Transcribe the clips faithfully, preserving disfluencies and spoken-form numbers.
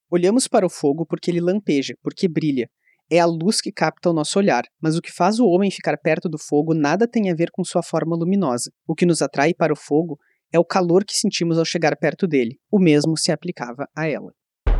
Olhamos para o fogo porque ele lampeja, porque brilha. É a luz que capta o nosso olhar, mas o que faz o homem ficar perto do fogo nada tem a ver com sua forma luminosa. O que nos atrai para o fogo é o calor que sentimos ao chegar perto dele. O mesmo se aplicava a ela.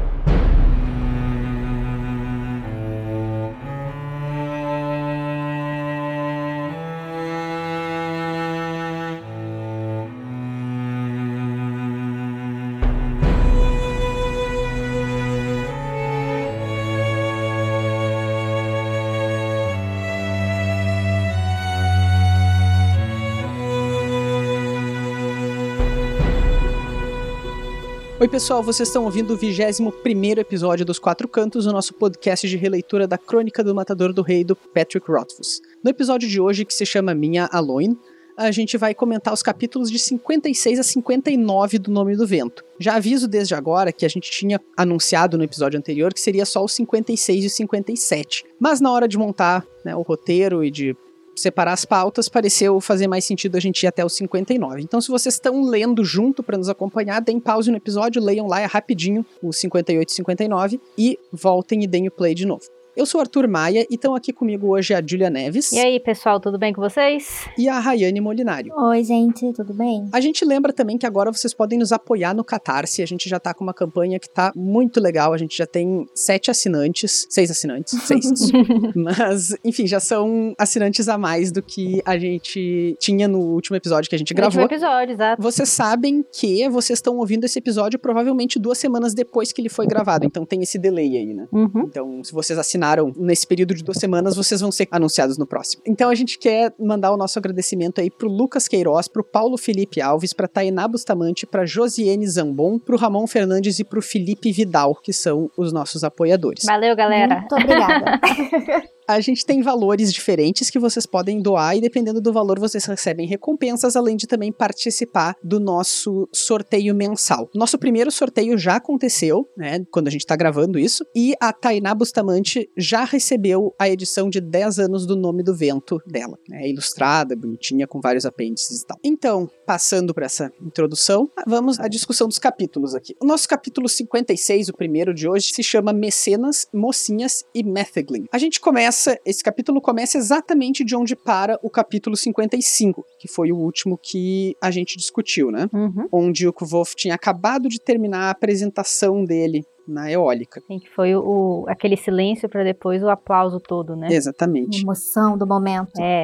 Oi pessoal, vocês estão ouvindo o vigésimo primeiro episódio dos Quatro Cantos, o nosso podcast de releitura da Crônica do Matador do Rei, do Patrick Rothfuss. No episódio de hoje, que se chama Minha Aloin, a gente vai comentar os capítulos de cinquenta e seis a cinquenta e nove do Nome do Vento. Já aviso desde agora que a gente tinha anunciado no episódio anterior que seria só os cinquenta e seis e cinquenta e sete, mas na hora de montar, né, o roteiro e de separar as pautas, pareceu fazer mais sentido a gente ir até os cinquenta e nove. Então, se vocês estão lendo junto para nos acompanhar, deem pause no episódio, leiam lá, é rapidinho, os cinquenta e oito e cinquenta e nove, e voltem e deem o play de novo. Eu sou o Arthur Maia e estão aqui comigo hoje a Júlia Neves. E aí, pessoal, tudo bem com vocês? E a Rayane Molinari. Oi, gente, tudo bem? A gente lembra também que agora vocês podem nos apoiar no Catarse. A gente já tá com uma campanha que tá muito legal. A gente já tem sete assinantes. Seis assinantes. Seis. Mas, enfim, já são assinantes a mais do que a gente tinha no último episódio que a gente gravou. No último episódio, exato. Vocês sabem que vocês estão ouvindo esse episódio provavelmente duas semanas depois que ele foi gravado. Então tem esse delay aí, né? Uhum. Então, se vocês assinaram nesse período de duas semanas, vocês vão ser anunciados no próximo. Então a gente quer mandar o nosso agradecimento aí pro Lucas Queiroz, pro Paulo Felipe Alves, pra Tainá Bustamante, pra Josiane Zambon, pro Ramon Fernandes e pro Felipe Vidal, que são os nossos apoiadores. Valeu, galera. Muito obrigada. A gente tem valores diferentes que vocês podem doar e dependendo do valor vocês recebem recompensas, além de também participar do nosso sorteio mensal. Nosso primeiro sorteio já aconteceu, né, quando a gente tá gravando isso, e a Tainá Bustamante já recebeu a edição de dez anos do Nome do Vento dela. É ilustrada, bonitinha, com vários apêndices e tal. Então, passando por essa introdução, vamos à discussão dos capítulos aqui. O nosso capítulo cinquenta e seis, o primeiro de hoje, se chama Mecenas, Mocinhas e Metheglin. A gente começa Esse capítulo começa exatamente de onde para o capítulo cinquenta e cinco, que foi o último que a gente discutiu, né? Uhum. Onde o Kvolf tinha acabado de terminar a apresentação dele na eólica. Sim, que foi o, aquele silêncio para depois o aplauso todo, né? Exatamente. A emoção do momento. É.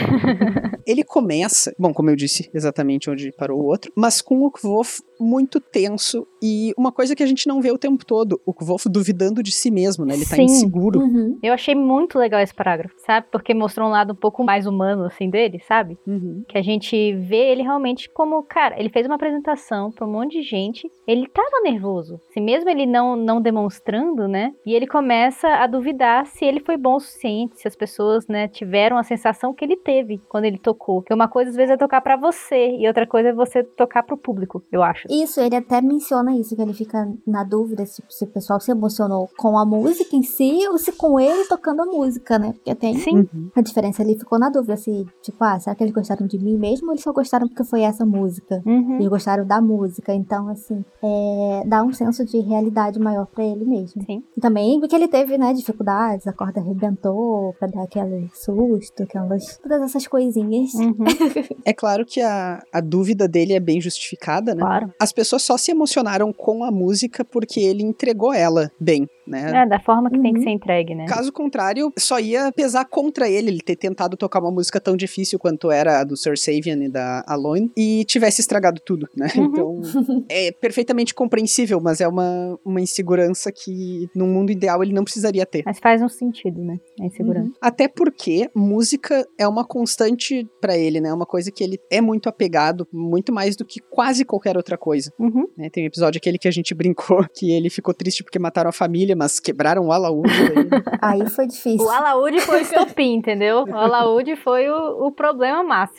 Ele começa, bom, como eu disse, exatamente onde parou o outro, mas com o Kvolf muito tenso e uma coisa que a gente não vê o tempo todo, o Kvolf duvidando de si mesmo, né? Ele Sim. tá inseguro. Uhum. Eu achei muito legal esse parágrafo, sabe? Porque mostrou um lado um pouco mais humano, assim, dele, sabe? Uhum. Que a gente vê ele realmente como, cara, ele fez uma apresentação pra um monte de gente, ele tava nervoso. Se mesmo ele não, não demonstrando, né? E ele começa a duvidar se ele foi bom o suficiente, se as pessoas, né, tiveram a sensação que ele teve quando ele tocou. Porque uma coisa, às vezes, é tocar pra você, e outra coisa é você tocar pro público, eu acho. Isso, ele até menciona isso, que ele fica na dúvida se, se o pessoal se emocionou com a música em si ou se com ele tocando a música, né? Porque tem Sim. a diferença, ele ficou na dúvida se, tipo, ah, será que eles gostaram de mim mesmo ou eles só gostaram porque foi essa música? Uhum. Eles gostaram da música, então, assim, é, dá um senso de realidade maior pra ele mesmo. Sim. E também porque ele teve, né, dificuldades, a corda arrebentou pra dar aquele susto, aquelas, todas essas coisinhas. Uhum. É claro que a, a dúvida dele é bem justificada, né? Claro. As pessoas só se emocionaram com a música porque ele entregou ela bem, né? É, da forma que Uhum. tem que ser entregue, né? Caso contrário, só ia pesar contra ele, ele ter tentado tocar uma música tão difícil quanto era a do Sir Savian e da Aloin, e tivesse estragado tudo, né? Uhum. Então, é perfeitamente compreensível, mas é uma, uma insegurança que, num mundo ideal, ele não precisaria ter. Mas faz um sentido, né? A insegurança. Uhum. Até porque música é uma constante pra ele, né? Uma coisa que ele é muito apegado, muito mais do que quase qualquer outra coisa. Uhum. Né? Tem um episódio aquele que a gente brincou, que ele ficou triste porque mataram a família, mas quebraram o alaúde. Daí... Aí foi difícil. O alaúde foi o estopim, entendeu? O alaúde foi o, o problema máximo.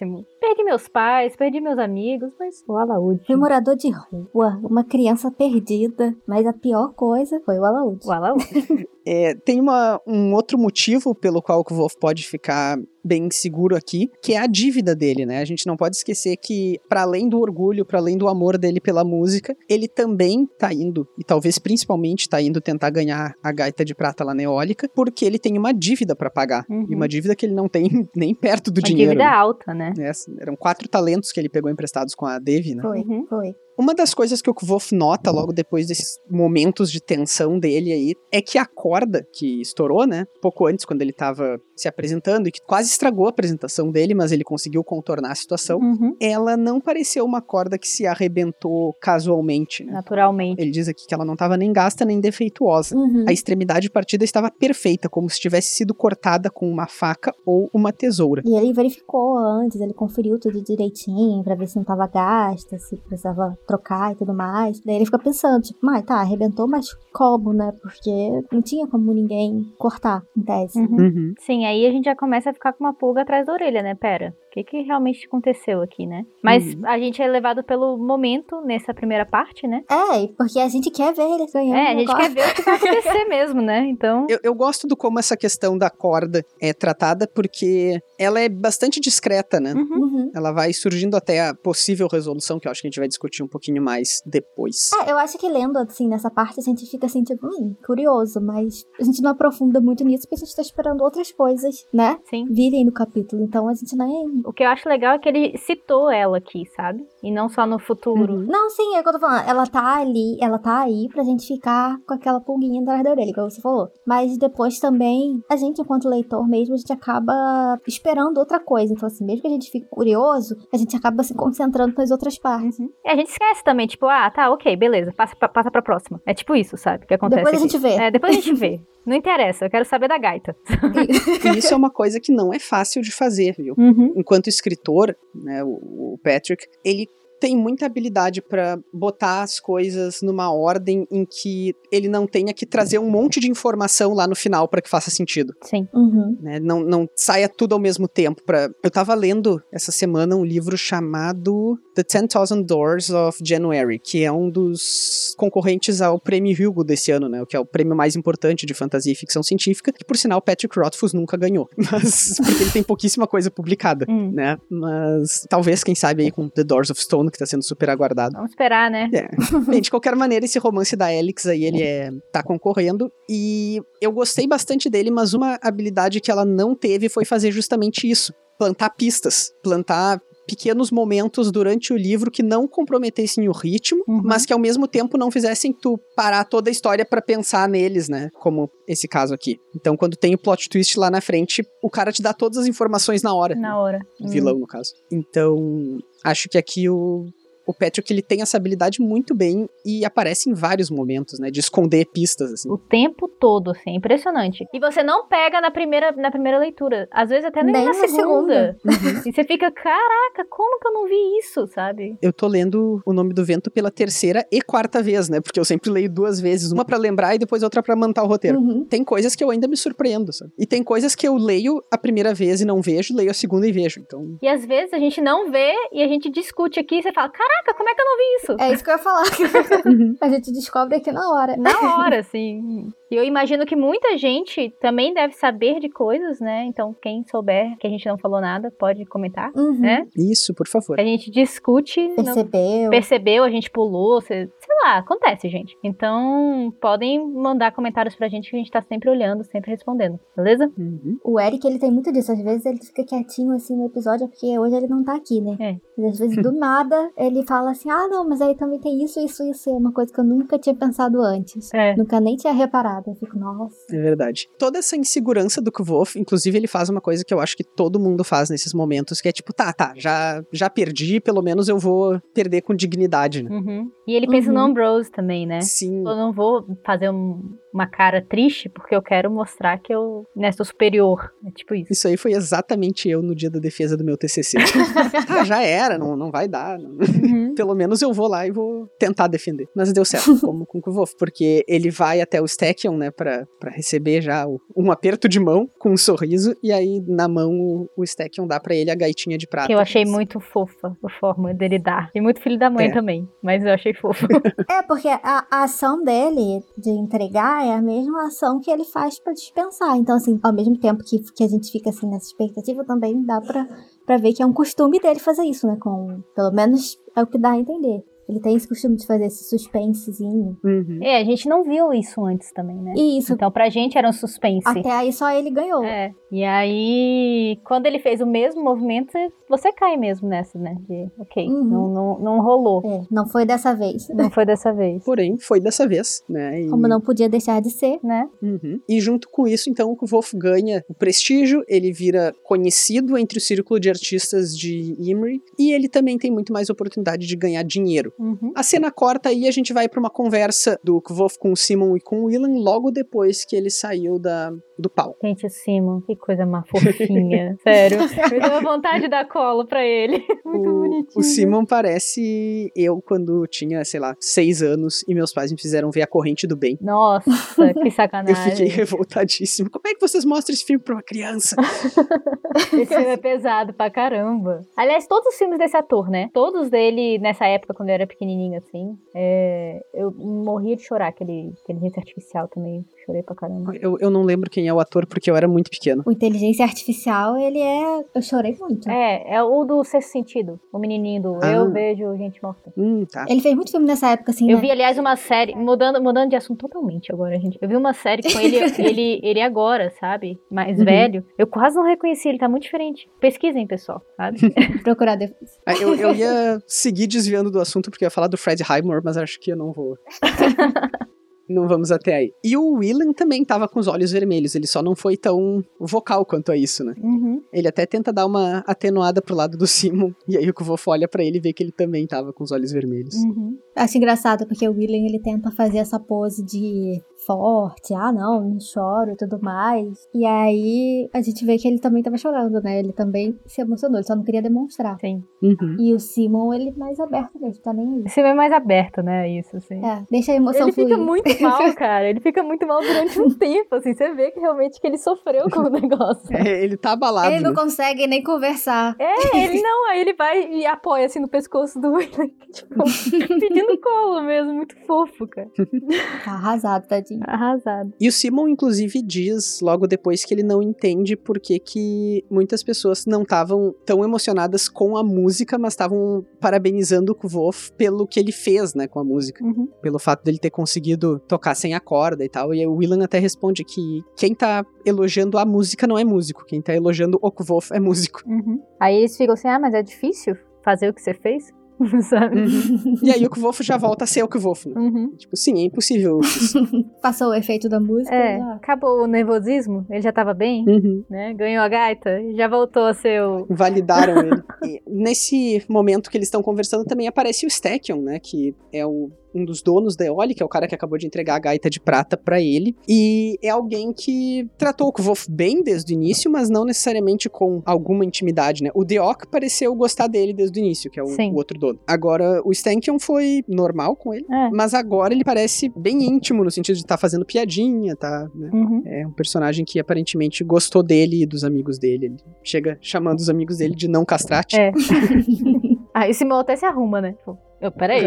perdi meus pais, perdi meus amigos, mas o alaúde. Foi morador de rua, uma criança perdida, mas a pior coisa foi o alaúde. O alaúde. É, tem uma, um outro motivo pelo qual o Kvolf pode ficar bem seguro aqui, que é a dívida dele, né? A gente não pode esquecer que, para além do orgulho, para além do amor dele pela música, ele também tá indo, e talvez principalmente tá indo tentar ganhar a gaita de prata lá na Eólica, porque ele tem uma dívida para pagar. Uhum. E uma dívida que ele não tem nem perto do uma dinheiro. Uma dívida alta, né? É, eram quatro talentos que ele pegou emprestados com a Devi, né? Foi, uhum. foi. Uma das coisas que o Kvolf nota logo depois desses momentos de tensão dele aí é que a corda que estourou, né, pouco antes, quando ele tava se apresentando e que quase estragou a apresentação dele, mas ele conseguiu contornar a situação, uhum. ela não pareceu uma corda que se arrebentou casualmente, né? Naturalmente. Ele diz aqui que ela não estava nem gasta nem defeituosa. Uhum. A extremidade partida estava perfeita, como se tivesse sido cortada com uma faca ou uma tesoura. E ele verificou antes, ele conferiu tudo direitinho pra ver se não estava gasta, se precisava trocar e tudo mais. Daí ele fica pensando, tipo, mas tá, arrebentou, mas como, né? Porque não tinha como ninguém cortar, em tese. Uhum. Uhum. Sim, aí a gente já começa a ficar com uma pulga atrás da orelha, né? Pera, o que que realmente aconteceu aqui, né? Mas uhum. a gente é levado pelo momento nessa primeira parte, né? É, porque a gente quer ver ele ganhando. É, a gente agora. quer ver o que vai acontecer mesmo, né? Então... Eu, eu gosto do como essa questão da corda é tratada, porque ela é bastante discreta, né? Uhum. Ela vai surgindo até a possível resolução, que eu acho que a gente vai discutir um pouquinho mais depois. É, eu acho que lendo, assim, nessa parte, a gente fica assim, tipo, hum, curioso, mas a gente não aprofunda muito nisso, porque a gente tá esperando outras coisas, né? Sim. Virem no capítulo, então a gente nem... O que eu acho legal é que ele citou ela aqui, sabe? E não só no futuro. Uhum. Não, sim, é o que eu tô falando. Ela tá ali, ela tá aí pra gente ficar com aquela pulguinha atrás da orelha, como você falou. Mas depois também, a gente, enquanto leitor mesmo, a gente acaba esperando outra coisa. Então, assim, mesmo que a gente fique curioso, a gente acaba se concentrando nas outras partes. Uhum. E a gente esquece também, tipo, ah, tá, ok, beleza, passa pra, passa pra próxima. É tipo isso, sabe? Que acontece Depois a aqui. gente vê. É, depois a gente vê. Não interessa, eu quero saber da gaita. E isso é uma coisa que não é fácil de fazer, viu? Uhum. Enquanto escritor, né, o, o Patrick, ele tem muita habilidade pra botar as coisas numa ordem em que ele não tenha que trazer um monte de informação lá no final pra que faça sentido. Sim. Uhum. Né? Não, não saia tudo ao mesmo tempo. Pra... Eu tava lendo essa semana um livro chamado The ten thousand Doors of January, que é um dos concorrentes ao Prêmio Hugo desse ano, né? Que é o prêmio mais importante de fantasia e ficção científica, que por sinal Patrick Rothfuss nunca ganhou. Mas porque ele tem pouquíssima coisa publicada, hum. né? Mas talvez, quem sabe aí com The Doors of Stone, que tá sendo super aguardado. Vamos esperar, né? É. Bem, de qualquer maneira, esse romance da Alyx aí, ele é, tá concorrendo, e eu gostei bastante dele, mas uma habilidade que ela não teve foi fazer justamente isso. Plantar pistas. Plantar pequenos momentos durante o livro que não comprometessem o ritmo, uhum. mas que ao mesmo tempo não fizessem tu parar toda a história pra pensar neles, né? Como esse caso aqui. Então, quando tem o plot twist lá na frente, o cara te dá todas as informações na hora. Na hora. O vilão, hum. no caso. Então, acho que aqui o... O Patrick, ele tem essa habilidade muito bem e aparece em vários momentos, né? De esconder pistas, assim. O tempo todo, assim, é impressionante. E você não pega na primeira, na primeira leitura. Às vezes até nem, nem na, na segunda. segunda. Uhum. E você fica, caraca, como que eu não vi isso, sabe? Eu tô lendo O Nome do Vento pela terceira e quarta vez, né? Porque eu sempre leio duas vezes. Uma pra lembrar e depois outra pra montar o roteiro. Uhum. Tem coisas que eu ainda me surpreendo, sabe? E tem coisas que eu leio a primeira vez e não vejo, leio a segunda e vejo, então... E às vezes a gente não vê e a gente discute aqui e você fala, caraca, Caraca, como é que eu não vi isso? É isso que eu ia falar. A gente descobre aqui na hora. Na hora, sim. E eu imagino que muita gente também deve saber de coisas, né? Então, quem souber que a gente não falou nada, pode comentar, uhum. né? Isso, por favor. A gente discute. Percebeu. Não... Percebeu, a gente pulou, sei lá, acontece, gente. Então, podem mandar comentários pra gente que a gente tá sempre olhando, sempre respondendo, beleza? Uhum. O Eric, ele tem muito disso. Às vezes ele fica quietinho assim no episódio, porque hoje ele não tá aqui, né? É. Mas às vezes, do nada, ele fala assim, ah, não, mas aí também tem isso, isso, isso. É uma coisa que eu nunca tinha pensado antes. É. Nunca nem tinha reparado. Eu fico, nossa. É verdade. Toda essa insegurança do Kvolf, inclusive ele faz uma coisa que eu acho que todo mundo faz nesses momentos, que é tipo, tá, tá, já, já perdi, pelo menos eu vou perder com dignidade, né? Uhum. E ele pensa uhum. no Ambrose também, né? Sim. Eu não vou fazer um, uma cara triste porque eu quero mostrar que eu, né, sou superior. É tipo isso. Isso aí foi exatamente eu no dia da defesa do meu T C C. Ah, já era, não, não vai dar. Não. Uhum. Pelo menos eu vou lá e vou tentar defender. Mas deu certo, como com o Kvolf, porque ele vai até o Stackion, né, pra, pra receber já o, um aperto de mão com um sorriso, e aí na mão o, o Stackion dá pra ele a gaitinha de prata. Que eu achei muito fofa a forma dele dar. E muito filho da mãe é. também, mas eu achei fofo. É, porque a, a ação dele de entregar é a mesma ação que ele faz pra dispensar. Então, assim, ao mesmo tempo que, que a gente fica assim nessa expectativa, também dá pra, pra ver que é um costume dele fazer isso, né? Com, pelo menos é o que dá a entender. Ele tem esse costume de fazer esse suspensezinho. Uhum. É, a gente não viu isso antes também, né? Isso. Então pra gente era um suspense. Até aí só ele ganhou. É. E aí, quando ele fez o mesmo movimento, você cai mesmo nessa, né? De, ok, uhum. não, não, não rolou. É, não foi dessa vez. Não foi dessa vez. Porém, foi dessa vez, né? E... Como não podia deixar de ser, né? Uhum. E junto com isso, então, o Kvolf ganha o prestígio, ele vira conhecido entre o círculo de artistas de Imri, e ele também tem muito mais oportunidade de ganhar dinheiro. Uhum. A cena corta aí, a gente vai pra uma conversa do Kvolf com o Simon e com o Willan logo depois que ele saiu da, do palco. Gente, o Simon, que coisa mais fofinha. Sério, me deu vontade de dar colo pra ele. Muito o, bonitinho. O Simon parece eu quando tinha, sei lá, seis anos e meus pais me fizeram ver A Corrente do Bem. Nossa, que sacanagem. Eu fiquei revoltadíssimo. Como é que vocês mostram esse filme pra uma criança? Esse filme é pesado pra caramba. Aliás, todos os filmes desse ator, né? Todos dele, nessa época, quando eu era pequenininho, assim, é... eu morria de chorar, aquele inteligência artificial também. Chorei pra caramba. Eu, eu não lembro quem é o ator, porque eu era muito pequeno. O Inteligência Artificial, ele é... Eu chorei muito. É, é o do Sexto Sentido. O menininho do ah. Eu Vejo Gente Morta. Hum, tá. Ele fez muito filme nessa época, assim, Eu né? vi, aliás, uma série, mudando, mudando de assunto totalmente agora, gente. Eu vi uma série com ele, ele, ele agora, sabe? Mais uhum. velho. Eu quase não reconheci, ele tá muito diferente. Pesquisem, pessoal, sabe? Procurar depois. Eu, eu ia seguir desviando do assunto, porque eu ia falar do Fred Highmore, mas acho que eu não vou... Não vamos até aí. E o Willan também tava com os olhos vermelhos, ele só não foi tão vocal quanto a isso, né? Uhum. Ele até tenta dar uma atenuada pro lado do Simon, e aí o Kvolf olha pra ele e vê que ele também tava com os olhos vermelhos. Uhum. Acho engraçado, porque o Willan, ele tenta fazer essa pose de forte, ah não, não choro e tudo mais. E aí a gente vê que ele também tava chorando, né? Ele também se emocionou, ele só não queria demonstrar. Sim. Uhum. E o Simon, ele mais aberto mesmo, tá nem aí. O Simon é mais aberto, né? Isso, assim. É, deixa a emoção ele fluir. Ele fica muito mal, cara. Ele fica muito mal durante um tempo, assim. Você vê que realmente que ele sofreu com o negócio. É, ele tá abalado. Ele não né? consegue nem conversar. É, ele não. Aí ele vai e apoia, assim, no pescoço do Willan. Tipo, pedindo colo mesmo. Muito fofo, cara. Tá arrasado, tadinho. Arrasado. E o Simon, inclusive, diz logo depois que ele não entende por que que muitas pessoas não estavam tão emocionadas com a música, mas estavam parabenizando o Kvolf pelo que ele fez, né, com a música. Uhum. Pelo fato dele ter conseguido tocar sem a corda e tal. E aí o Willan até responde que quem tá elogiando a música não é músico, quem tá elogiando o Kvolf é músico. Uhum. Aí eles ficam assim, ah, mas é difícil fazer o que você fez? Sabe? Uhum. E aí o Kvolf já volta a ser o Kvolf, né? Uhum. Tipo, sim, é impossível isso. Passou o efeito da música. É, já. acabou o nervosismo, ele já tava bem, Uhum. né? Ganhou a gaita, já voltou a ser o... Validaram ele. E nesse momento que eles estão conversando também aparece o Stackion, né? Que é o um dos donos da Eoli, que é o cara que acabou de entregar a gaita de prata pra ele, e é alguém que tratou o Kvolf bem desde o início, mas não necessariamente com alguma intimidade, né? O Deok pareceu gostar dele desde o início, que é o, o outro dono. Agora, o Stackion foi normal com ele, é. mas agora ele parece bem íntimo, no sentido de estar tá fazendo piadinha, tá? Né? Uhum. É um personagem que aparentemente gostou dele e dos amigos dele. Ele chega chamando os amigos dele de não castrate. É. Aí esse Simon até se arruma, né? Eu, peraí.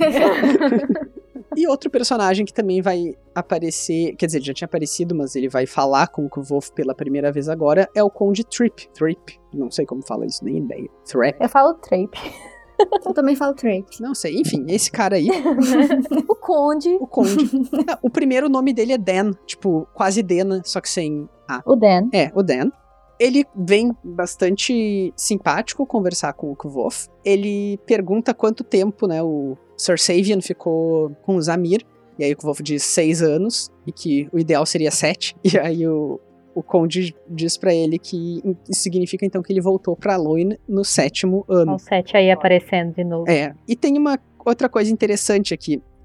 E outro personagem que também vai aparecer, quer dizer, já tinha aparecido, mas ele vai falar com o Kvolf pela primeira vez agora, é o Conde Tripp. Tripp, não sei como fala isso, nem ideia. Threep. Eu falo Trape. Eu também falo Trape. Não sei, enfim, esse cara aí. O Conde. O Conde. O primeiro nome dele é Dan, tipo, quase Dena, só que sem A. O Dan. É, o Dan. Ele vem bastante simpático conversar com o Kvolf. Ele pergunta quanto tempo, né, o Sir Savian ficou com o Zamir. E aí o Kvolf diz seis anos, e que o ideal seria sete. E aí o, o Conde diz pra ele que isso significa então que ele voltou pra Aloin no sétimo ano. O sete aí aparecendo de novo. É, e tem uma outra coisa interessante aqui.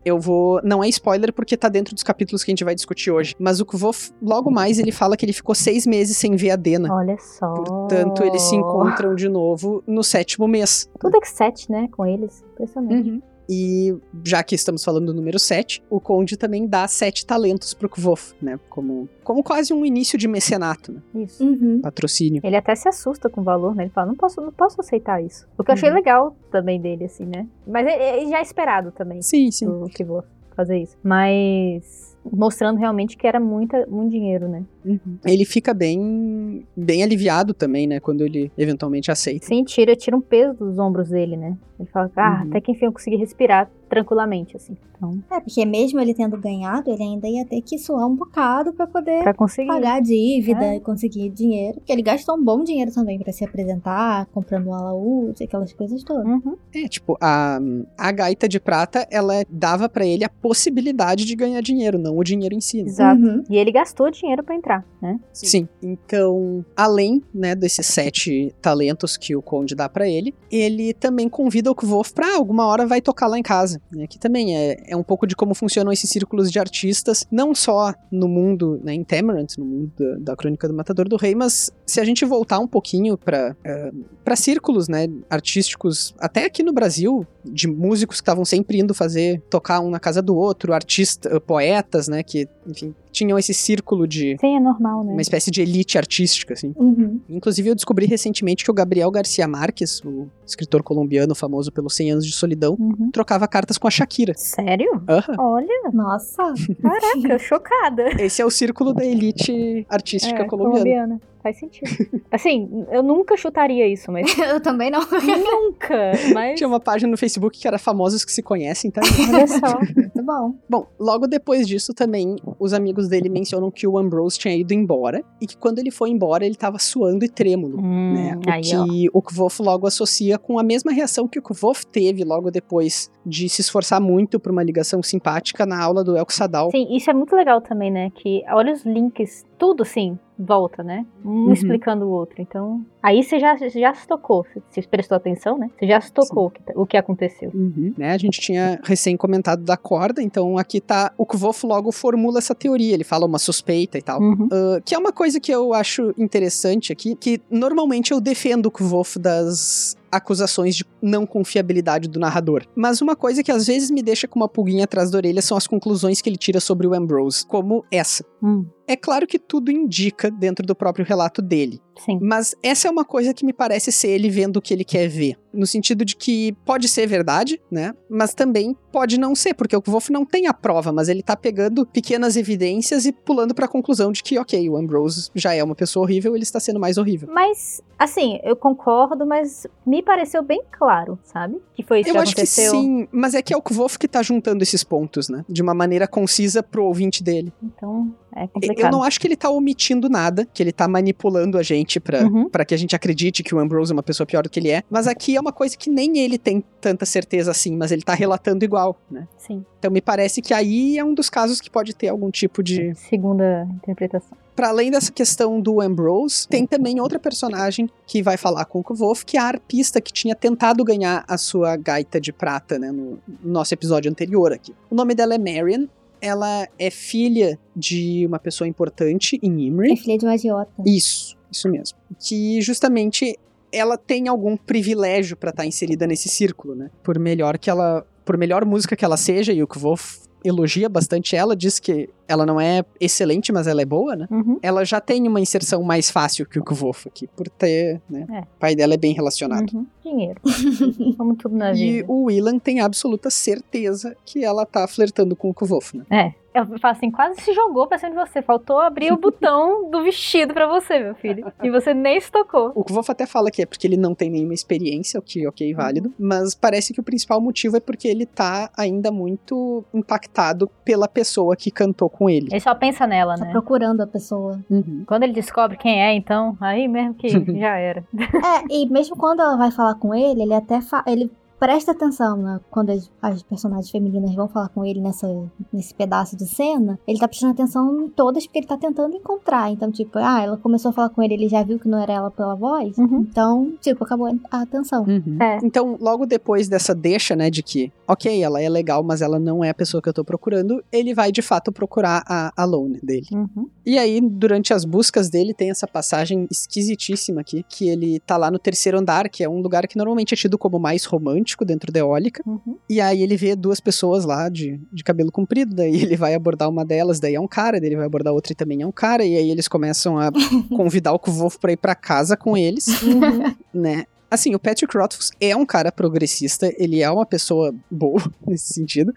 Eu vou... Não é spoiler porque tá dentro dos capítulos que a gente vai discutir hoje. Mas o Kvof, logo mais, ele fala que ele ficou seis meses sem ver a Dena. Olha só. Portanto, eles se encontram de novo no sétimo mês. Tudo é sete, né? Com eles. Impressionante. Uhum. E já que estamos falando do número sete, o Conde também dá sete talentos pro Kvof, né? Como, como quase um início de mecenato, né? Isso. Uhum. Patrocínio. Ele até se assusta com o valor, né? Ele fala, não posso, não posso aceitar isso. O que eu achei Uhum. legal também dele, assim, né? Mas é, é já esperado também. Sim, sim. O Kvof fazer isso. Mas... mostrando realmente que era muita, muito dinheiro, né? Uhum. Ele fica bem, bem aliviado também, né? Quando ele eventualmente aceita. Sim, tira, tira um peso dos ombros dele, né? Ele fala, ah, Uhum. até que enfim eu consegui respirar tranquilamente, assim. Então, É, porque mesmo ele tendo ganhado, ele ainda ia ter que suar um bocado pra poder pra conseguir. pagar a dívida É. e conseguir dinheiro. Porque ele gastou um bom dinheiro também pra se apresentar, comprando um alaúde, aquelas coisas todas. Uhum. É, tipo, a, a gaita de prata, ela dava pra ele a possibilidade de ganhar dinheiro, não o dinheiro em si. Né? Exato. Uhum. E ele gastou dinheiro pra entrar, né? Sim. Então, além, né, desses sete talentos que o Conde dá pra ele, ele também convida o Kvof pra alguma hora vai tocar lá em casa, né? Que também é, é um pouco de como funcionam esses círculos de artistas, não só no mundo, né, em Temerant, no mundo da, da Crônica do Matador do Rei, mas se a gente voltar um pouquinho pra, uh, pra círculos, né, artísticos, até aqui no Brasil, de músicos que estavam sempre indo fazer, tocar um na casa do outro, artistas, poetas, né, que, enfim, tinham esse círculo de... Sim, é normal, né? uma espécie de elite artística, assim. Uhum. Inclusive, eu descobri recentemente que o Gabriel Garcia Marques, o escritor colombiano famoso pelos cem anos de solidão, Uhum. trocava cartas com a Shakira. Sério? Aham. Olha, Nossa. caraca, chocada. Esse é o círculo da elite artística É, colombiana. colombiana. Faz sentido. Assim, eu nunca chutaria isso, mas... Eu também não. nunca! Mas... Tinha uma página no Facebook que era Famosos que se conhecem, tá? Olha só. Muito bom. Bom, logo depois disso também, os amigos dele mencionam que o Ambrose tinha ido embora, e que quando ele foi embora, ele tava suando e trêmulo. Hum, Né? O aí, ó. que o Kvof logo associa com a mesma reação que o Kvof teve logo depois de se esforçar muito por uma ligação simpática na aula do Elk Sadal. Sim, isso é muito legal também, né? Que olha os links, tudo assim, volta, né? Um Uhum. explicando o outro. Então, aí você já, já se tocou, você prestou atenção, né? Você já se tocou o que, o que aconteceu. Uhum. Né, a gente tinha recém comentado da corda, então aqui tá, o Kvof logo formula essa teoria, ele fala uma suspeita e tal. Uhum. Uh, que é uma coisa que eu acho interessante aqui, que normalmente eu defendo o Kvof das acusações de não confiabilidade do narrador. Mas uma coisa que às vezes me deixa com uma pulguinha atrás da orelha são as conclusões que ele tira sobre o Ambrose, como essa. Hum, É claro que tudo indica dentro do próprio relato dele, sim. mas essa é uma coisa que me parece ser ele vendo o que ele quer ver. No sentido de que pode ser verdade, né? Mas também pode não ser, porque o Kvof não tem a prova, mas ele tá pegando pequenas evidências e pulando pra conclusão de que, ok, o Ambrose já é uma pessoa horrível, ele está sendo mais horrível. Mas, assim, eu concordo, mas me pareceu bem claro, sabe? Que foi isso Eu que acho aconteceu. que sim, mas é que é o Kvof que tá juntando esses pontos, né? De uma maneira concisa pro ouvinte dele. Então, é complicado. Eu não acho que ele tá omitindo nada, que ele tá manipulando a gente pra, Uhum. pra que a gente acredite que o Ambrose é uma pessoa pior do que ele é, mas aqui é uma coisa que nem ele tem tanta certeza assim, mas ele tá relatando igual, né? Sim, Então me parece que aí é um dos casos que pode ter algum tipo de... segunda interpretação. Pra além dessa questão do Ambrose, tem também outra personagem que vai falar com o Kvof, que é a arpista que tinha tentado ganhar a sua gaita de prata, né, no nosso episódio anterior aqui. O nome dela é Marion. Ela é filha de uma pessoa importante em Imri. É filha de um agiota. Isso, isso mesmo. Que justamente ela tem algum privilégio pra estar inserida nesse círculo, né? Por melhor que ela, por melhor música que ela seja, e o Kvof elogia bastante ela, diz que ela não é excelente, mas ela é boa, né? Uhum. Ela já tem uma inserção mais fácil que o Kvof aqui, por ter, né? É. O pai dela é bem relacionado. Uhum. Dinheiro. Como tudo na E vida. o Willan tem absoluta certeza que ela tá flertando com o Kvof, né? É. Eu falo assim, quase se jogou pra cima de você. Faltou abrir o botão do vestido pra você, meu filho. E você nem se tocou. O Kvof até fala que é porque ele não tem nenhuma experiência, o que ok, válido, mas parece que o principal motivo é porque ele tá ainda muito impactado pela pessoa que cantou com ele. Ele só pensa nela, Tá né? procurando a pessoa. Uhum. Quando ele descobre quem é, então, aí mesmo que já era. É, e mesmo quando ela vai falar com ele, ele até fa ele presta atenção, né? Quando as, as personagens femininas vão falar com ele nessa, nesse pedaço de cena, ele tá prestando atenção em todas porque ele tá tentando encontrar. Então, tipo, ah, ela começou a falar com ele, ele já viu que não era ela pela voz. Uhum. Então, tipo, acabou a atenção. Uhum. É. Então, logo depois dessa deixa, né, de que, ok, ela é legal, mas ela não é a pessoa que eu tô procurando, ele vai, de fato, procurar a Alone dele. Uhum. E aí, durante as buscas dele, tem essa passagem esquisitíssima aqui, que ele tá lá no terceiro andar, que é um lugar que normalmente é tido como mais romântico dentro da eólica. Uhum. E aí ele vê duas pessoas lá de, de cabelo comprido, daí ele vai abordar uma delas, daí é um cara, daí ele vai abordar outra e também é um cara, e aí eles começam a convidar o Kvolf pra ir pra casa com eles, Uhum. né? Assim, o Patrick Rothfuss é um cara progressista, ele é uma pessoa boa nesse sentido,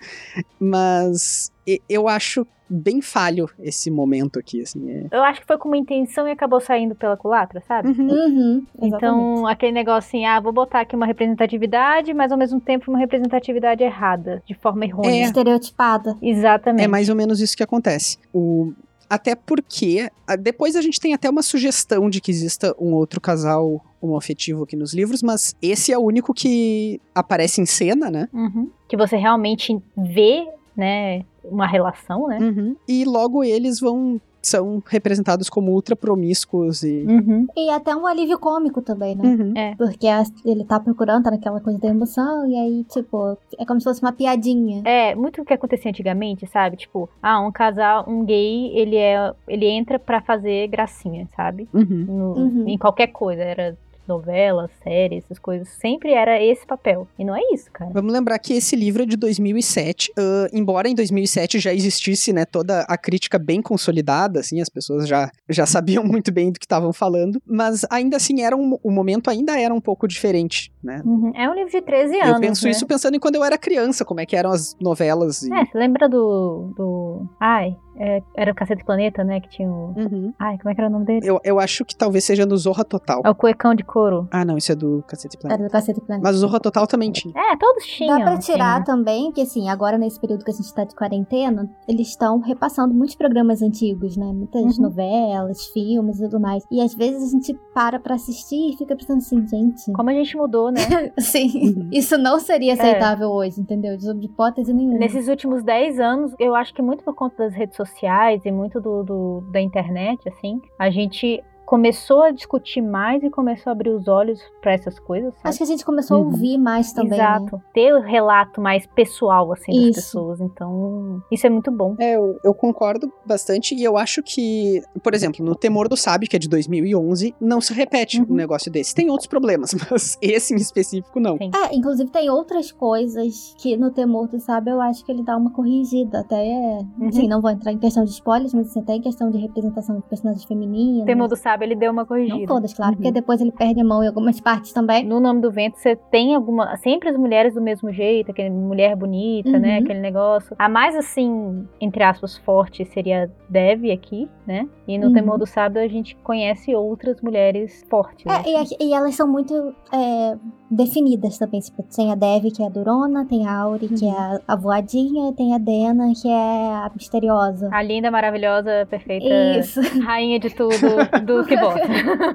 mas eu acho bem falho esse momento aqui, assim. É... Eu acho que foi com uma intenção e acabou saindo pela culatra, sabe? Uhum. Uhum, Então, aquele negócio assim, ah, vou botar aqui uma representatividade, mas ao mesmo tempo uma representatividade errada, de forma errônea. É. Estereotipada. Exatamente. É mais ou menos isso que acontece. O... Até porque, depois a gente tem até uma sugestão de que exista um outro casal homoafetivo aqui nos livros, mas esse é o único que aparece em cena, né? Uhum. Que você realmente vê, né, uma relação, né? Uhum. E logo eles vão... são representados como ultra promíscuos e... Uhum. E até um alívio cômico também, né? Uhum. É. Porque a- ele tá procurando, tá naquela coisa da emoção, e aí, tipo, é como se fosse uma piadinha. É, muito o que acontecia antigamente, sabe? Tipo, ah, um casal, um gay, ele é, ele entra pra fazer gracinha, sabe? Uhum. No- Uhum. Em qualquer coisa, era novela, série, essas coisas, sempre era esse papel. E não é isso, cara. Vamos lembrar que esse livro é de dois mil e sete, uh, embora em dois mil e sete já existisse, né, toda a crítica bem consolidada, assim, as pessoas já, já sabiam muito bem do que estavam falando, mas ainda assim era um, o momento ainda era um pouco diferente, né? Uhum. É um livro de treze anos, Eu penso né? isso pensando em quando eu era criança, como é que eram as novelas e... É, você lembra do... do... Ai, é, era o Cacete Planeta, né, que tinha o... Uhum. Ai, como é que era o nome dele? Eu, eu acho que talvez seja no Zorra Total. É o Cuecão de Couro. Ah, não, isso é do Cacete Planeta. Era do Cacete Planeta. Mas o Zorra Total também tinha. É, todos tinham. Dá pra tirar assim. também que, assim, agora nesse período que a gente tá de quarentena, eles estão repassando muitos programas antigos, né? Muitas Uhum. novelas, filmes e tudo mais. E às vezes a gente para pra assistir e fica pensando assim, gente... Como a gente mudou, né? Sim, Uhum. isso não seria aceitável hoje, entendeu? De hipótese nenhuma. Nesses últimos dez anos, eu acho que muito por conta das redes sociais e muito do, do- da internet, assim, a gente começou a discutir mais e começou a abrir os olhos pra essas coisas, sabe? Acho que a gente começou Uhum. a ouvir mais também, né? Exato. Ter o relato mais pessoal, assim, das Isso. pessoas. Então, isso é muito bom. É, eu, eu concordo bastante e eu acho que, por exemplo, no Temor do Sábio, que é de dois mil e onze, não se repete Uhum. um negócio desse. Tem outros problemas, mas esse em específico não. Sim. É, inclusive tem outras coisas que no Temor do Sábio eu acho que ele dá uma corrigida. Até, Uhum. assim, não vou entrar em questão de spoilers, mas assim, até em questão de representação de personagens femininas. O Temor do Sábio, ele deu uma corrigida. Não todas, claro, Uhum. porque depois ele perde a mão em algumas partes também. No Nome do Vento, você tem alguma... Sempre as mulheres do mesmo jeito, aquele mulher bonita, Uhum. né? Aquele negócio. A mais, assim, entre aspas, forte seria a Devi aqui, né? E no Uhum. Temor do Sábio a gente conhece outras mulheres fortes. né? É, e, aqui- e elas são muito é, definidas também. Tipo, tem a Devi, que é a durona, tem a Auri, que é a, a voadinha, tem a Dena, que é a misteriosa. A linda, maravilhosa, perfeita, Isso. rainha de tudo, do que bota.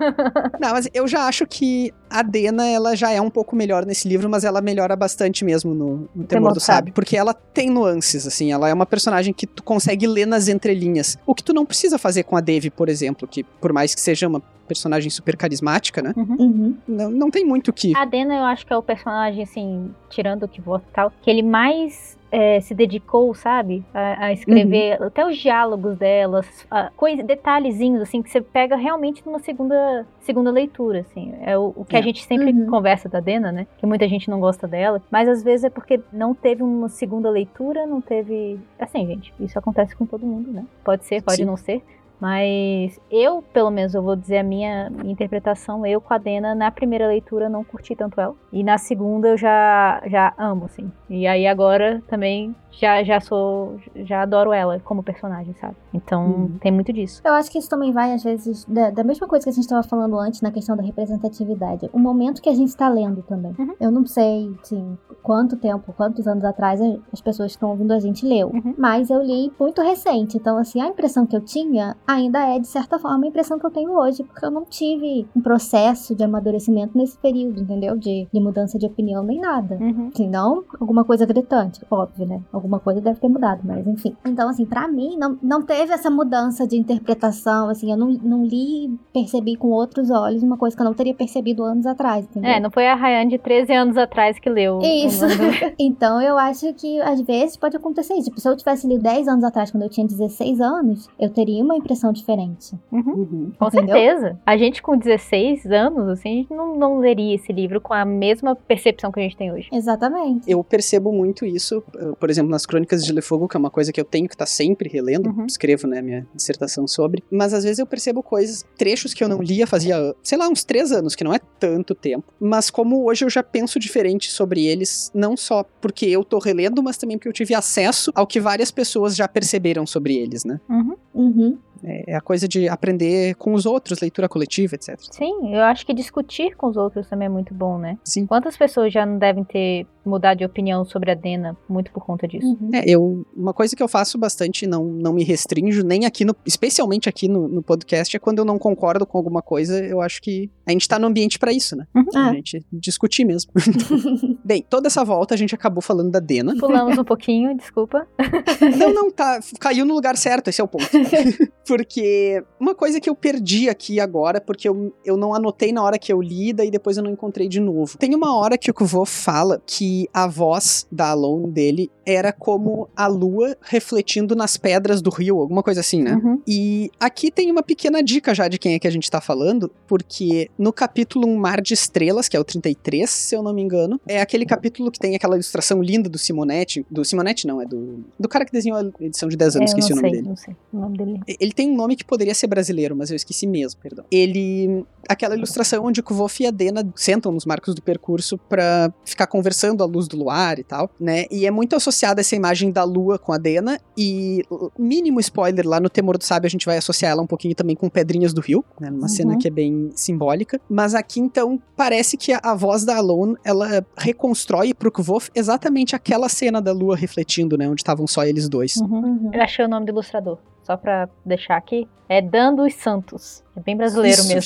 Não, mas eu já acho que a Dena, ela já é um pouco melhor nesse livro, mas ela melhora bastante mesmo no, no Temor do Sábio, porque ela tem nuances, assim, ela é uma personagem que tu consegue ler nas entrelinhas, o que tu não precisa fazer com a Devi, por exemplo, que por mais que seja uma personagem super carismática, né, Uhum. não, não tem muito o que... A Dena, eu acho que é o personagem, assim, tirando o que vota e tal, que ele mais é, se dedicou, sabe? A, a escrever até os diálogos delas, a, coisa, detalhezinhos, assim, que você pega realmente numa segunda, segunda leitura, assim. É o, o que É. a gente sempre Uhum. conversa da Dena, né? Que muita gente não gosta dela, mas às vezes é porque não teve uma segunda leitura, não teve... Assim, gente, isso acontece com todo mundo, né? Pode ser, pode Sim. não ser. Mas eu, pelo menos, eu vou dizer a minha interpretação, eu com a Dena, na primeira leitura, não curti tanto ela. E na segunda eu já, já amo, assim. E aí agora também já, já sou, já adoro ela como personagem, sabe? Então Uhum. tem muito disso. Eu acho que isso também vai, às vezes, da, da mesma coisa que a gente estava falando antes na questão da representatividade. O momento que a gente está lendo também. Uhum. Eu não sei, assim, quanto tempo, quantos anos atrás a- as pessoas que estão ouvindo a gente leu. Uhum. Mas eu li muito recente. Então, assim, a impressão que eu tinha... ainda é, de certa forma, a impressão que eu tenho hoje, porque eu não tive um processo de amadurecimento nesse período, entendeu? De, de mudança de opinião, nem nada. Uhum. Se não, alguma coisa gritante, óbvio, né? Alguma coisa deve ter mudado, mas enfim. Então, assim, pra mim, não, não teve essa mudança de interpretação, assim, eu não, não li, percebi com outros olhos uma coisa que eu não teria percebido anos atrás, entendeu? É, não foi a Rayane de treze anos atrás que leu. Isso. Então, eu acho que, às vezes, pode acontecer isso. Tipo, se eu tivesse lido dez anos atrás, quando eu tinha dezesseis anos, eu teria uma impressão diferente. Uhum. Uhum. Com Entendeu? certeza. A gente com dezesseis anos, assim, a gente não, não leria esse livro com a mesma percepção que a gente tem hoje. Exatamente. Eu percebo muito isso, por exemplo, nas Crônicas de Gelo e Fogo, que é uma coisa que eu tenho que estar sempre relendo, Uhum. escrevo, né, minha dissertação sobre, mas às vezes eu percebo coisas, trechos que eu não lia fazia, sei lá, uns três anos, que não é tanto tempo, mas como hoje eu já penso diferente sobre eles, não só porque eu tô relendo, mas também porque eu tive acesso ao que várias pessoas já perceberam sobre eles, né? Uhum. Uhum. É a coisa de aprender com os outros, leitura coletiva, etcétera. Sim, eu acho que discutir com os outros também é muito bom, né? Sim. Quantas pessoas já não devem ter mudado de opinião sobre a Dena muito por conta disso? Uhum. É, eu, uma coisa que eu faço bastante, não, não me restringo, nem aqui, no, especialmente aqui no, no podcast, é quando eu não concordo com alguma coisa, eu acho que a gente tá no ambiente pra isso, né? Uhum. A É. gente discutir mesmo. Bem, toda essa volta a gente acabou falando da Dena. Pulamos um pouquinho, desculpa. Não, não, tá, caiu no lugar certo, esse é o ponto. Porque uma coisa que eu perdi aqui agora, porque eu, eu não anotei na hora que eu li, daí depois eu não encontrei de novo. Tem uma hora que o Kuvô fala que a voz da Alone dele era como a lua refletindo nas pedras do rio, alguma coisa assim, né? Uhum. E aqui tem uma pequena dica já de quem é que a gente tá falando, porque no capítulo Um Mar de Estrelas, que é o trinta e três, se eu não me engano, é aquele capítulo que tem aquela ilustração linda do Simonetti, do Simonetti não, é do, do cara que desenhou a edição de dez anos, É, eu esqueci não o nome sei, dele. não sei o nome dele. Ele tem um nome que poderia ser brasileiro, mas eu esqueci mesmo, perdão. Ele... Aquela ilustração onde o Kvof e a Dena sentam nos marcos do percurso pra ficar conversando à luz do luar e tal, né? E é muito associada essa imagem da lua com a Dena, e mínimo spoiler, lá no Temor do Sábio a gente vai associar ela um pouquinho também com Pedrinhas do Rio, né? Numa Uhum. cena que é bem simbólica. Mas aqui, então, parece que a, a voz da Alone, ela reconstrói pro Kvof exatamente aquela cena da lua refletindo, né? Onde estavam só eles dois. Uhum. Uhum. Eu achei o nome do ilustrador, só pra deixar aqui. É Dan dos Santos. É bem brasileiro Isso, mesmo.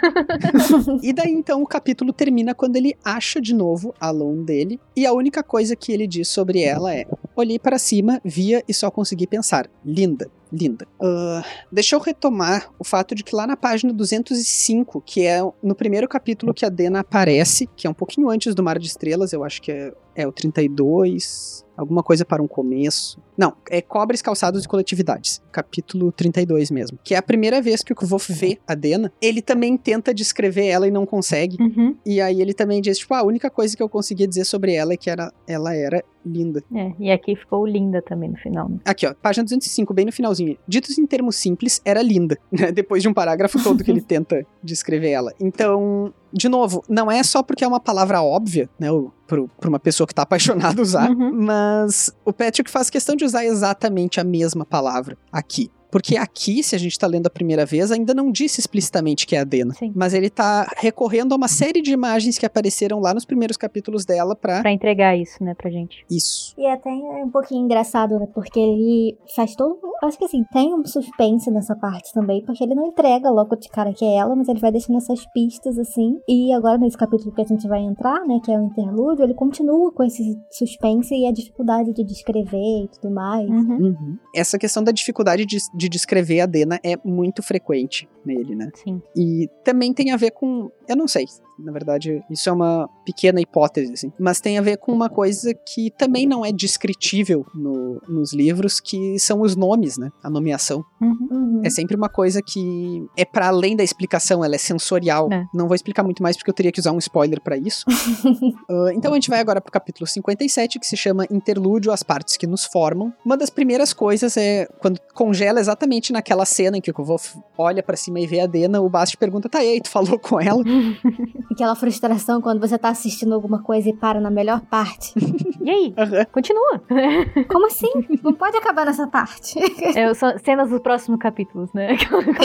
Viu? E daí então o capítulo termina quando ele acha de novo a Alone dele, e a única coisa que ele diz sobre ela é: olhei para cima, via e só consegui pensar, linda, linda. Uh, deixa eu retomar o fato de que lá na página duzentos e cinco, que é no primeiro capítulo que a Dena aparece, que é um pouquinho antes do Mar de Estrelas, eu acho que é, é o trinta e dois... Alguma coisa para um começo. Não, é Cobras, Calçados e Coletividades. Capítulo trinta e dois mesmo. Que é a primeira vez que o Kvof vê a Dena. Ele também tenta descrever ela e não consegue. Uhum. E aí ele também diz, tipo, ah, a única coisa que eu conseguia dizer sobre ela é que era, ela era linda. É, e aqui ficou linda também no final. Né? Aqui, ó, página duzentos e cinco, bem no finalzinho. Ditos em termos simples, era linda, né? Depois de um parágrafo todo que ele tenta descrever ela. Então, de novo, não é só porque é uma palavra óbvia, né, para uma pessoa que tá apaixonada usar, Uhum. mas o Patrick faz questão de usar exatamente a mesma palavra aqui. Porque aqui, se a gente tá lendo a primeira vez, ainda não disse explicitamente que é a Dena. Sim. Mas ele tá recorrendo a uma série de imagens que apareceram lá nos primeiros capítulos dela pra... Pra entregar isso, né, pra gente. Isso. E até é um pouquinho engraçado, né? Porque ele faz todo... Acho que assim, tem um suspense nessa parte também, porque ele não entrega logo de cara que é ela, mas ele vai deixando essas pistas, assim. E agora, nesse capítulo que a gente vai entrar, né, que é o interlúdio, ele continua com esse suspense e a dificuldade de descrever e tudo mais. Uhum. Uhum. Essa questão da dificuldade de, de descrever a Dena é muito frequente nele, né? Sim. E também tem a ver com... Eu não sei, na verdade, isso é uma pequena hipótese, assim. Mas tem a ver com uma coisa que também não é descritível no, nos livros, que são os nomes, né? A nomeação. Uhum. Uhum. É sempre uma coisa que é para além da explicação, ela é sensorial. É. Não vou explicar muito mais porque eu teria que usar um spoiler para isso. uh, então a gente vai agora pro capítulo cinquenta e sete, que se chama Interlúdio, as partes que nos formam. Uma das primeiras coisas é quando congela exatamente naquela cena em que o Kvof olha para cima e vê a Dena, o Bast pergunta, tá, e aí, tu falou com ela? Aquela frustração quando você tá assistindo alguma coisa e para na melhor parte. E aí? Uhum. Continua. Como assim? Não pode acabar nessa parte. É, são cenas dos próximos capítulos, né?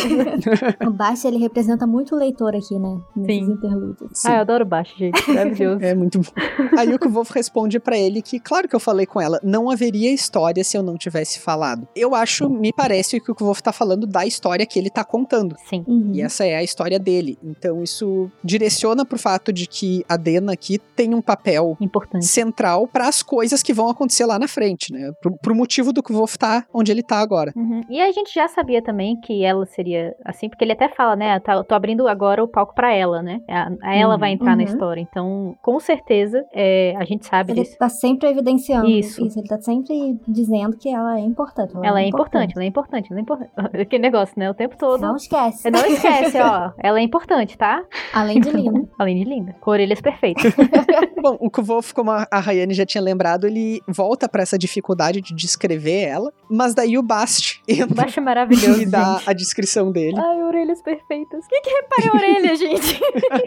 O Bast, ele representa muito o leitor aqui, né? Nesses Sim. interlúdios. Sim. Ah, eu adoro baixo, gente. Maravilhoso. É muito bom. Aí o Kvolf responde pra ele que, claro que eu falei com ela, não haveria história se eu não tivesse falado. Eu acho, me parece que o Kvolf tá falando da história que ele tá contando. Sim. Uhum. E essa é a história dele. Então isso direciona pro fato de que a Dena aqui tem um papel Importante. central para as coisas que vão acontecer lá na frente, né? Pro, pro motivo do Kvolf tá onde ele tá agora. Uhum. E a gente já sabia também que ela seria assim, porque ele até fala, né, tá, eu tô abrindo agora o palco pra ela, né? A, a ela Uhum. vai entrar Uhum. na história. Então, com certeza, é, a gente sabe Ele disso. tá sempre evidenciando Isso. isso. Ele tá sempre dizendo que ela é importante. Ela, Ela é importante, ela é importante, ela é importante. Aquele negócio, né? O tempo todo. Não esquece. Não esquece, ó. Ela é importante, tá? Além de linda. Além de linda. Com orelhas perfeitas. Bom, o Kvolf, como a a Rayane já tinha lembrado, ele volta pra essa dificuldade de descrever ela, mas daí o Bast O entra baixo é maravilhoso, e dá gente. a descrição dele. Ai, orelhas perfeitas. Quem que repara em orelha, gente?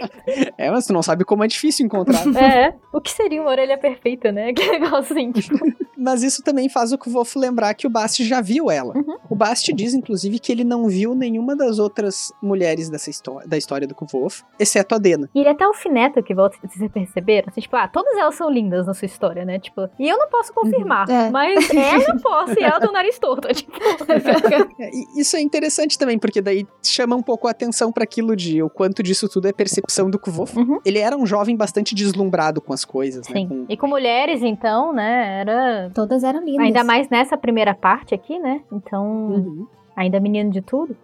É, mas tu não sabe como é difícil encontrar. É. O que seria uma orelha perfeita, né? Que negócio assim, tipo... Mas isso também faz o Kvolf lembrar que o Bast já viu ela. Uhum. O Bast diz, inclusive, que ele não viu nenhuma das outras mulheres dessa história, da história do Kvolf, exceto a Dena. E ele até alfineta o que volta, vocês perceberam? Assim, tipo, ah, todas elas são lindas na sua história, né? Tipo, e eu não posso confirmar, Uhum. É. mas ela eu posso, e ela tem o nariz torto, tipo... É, e isso é interessante também, porque daí chama um pouco a atenção para aquilo de o quanto disso tudo é percepção do Kvolf. Uhum. Ele era um jovem bastante deslumbrado com as coisas, né? Sim. Com- E com mulheres, então, né, era... Todas eram lindas. Ainda mais nessa primeira parte aqui, né? Então, Uhum. ainda menino de tudo.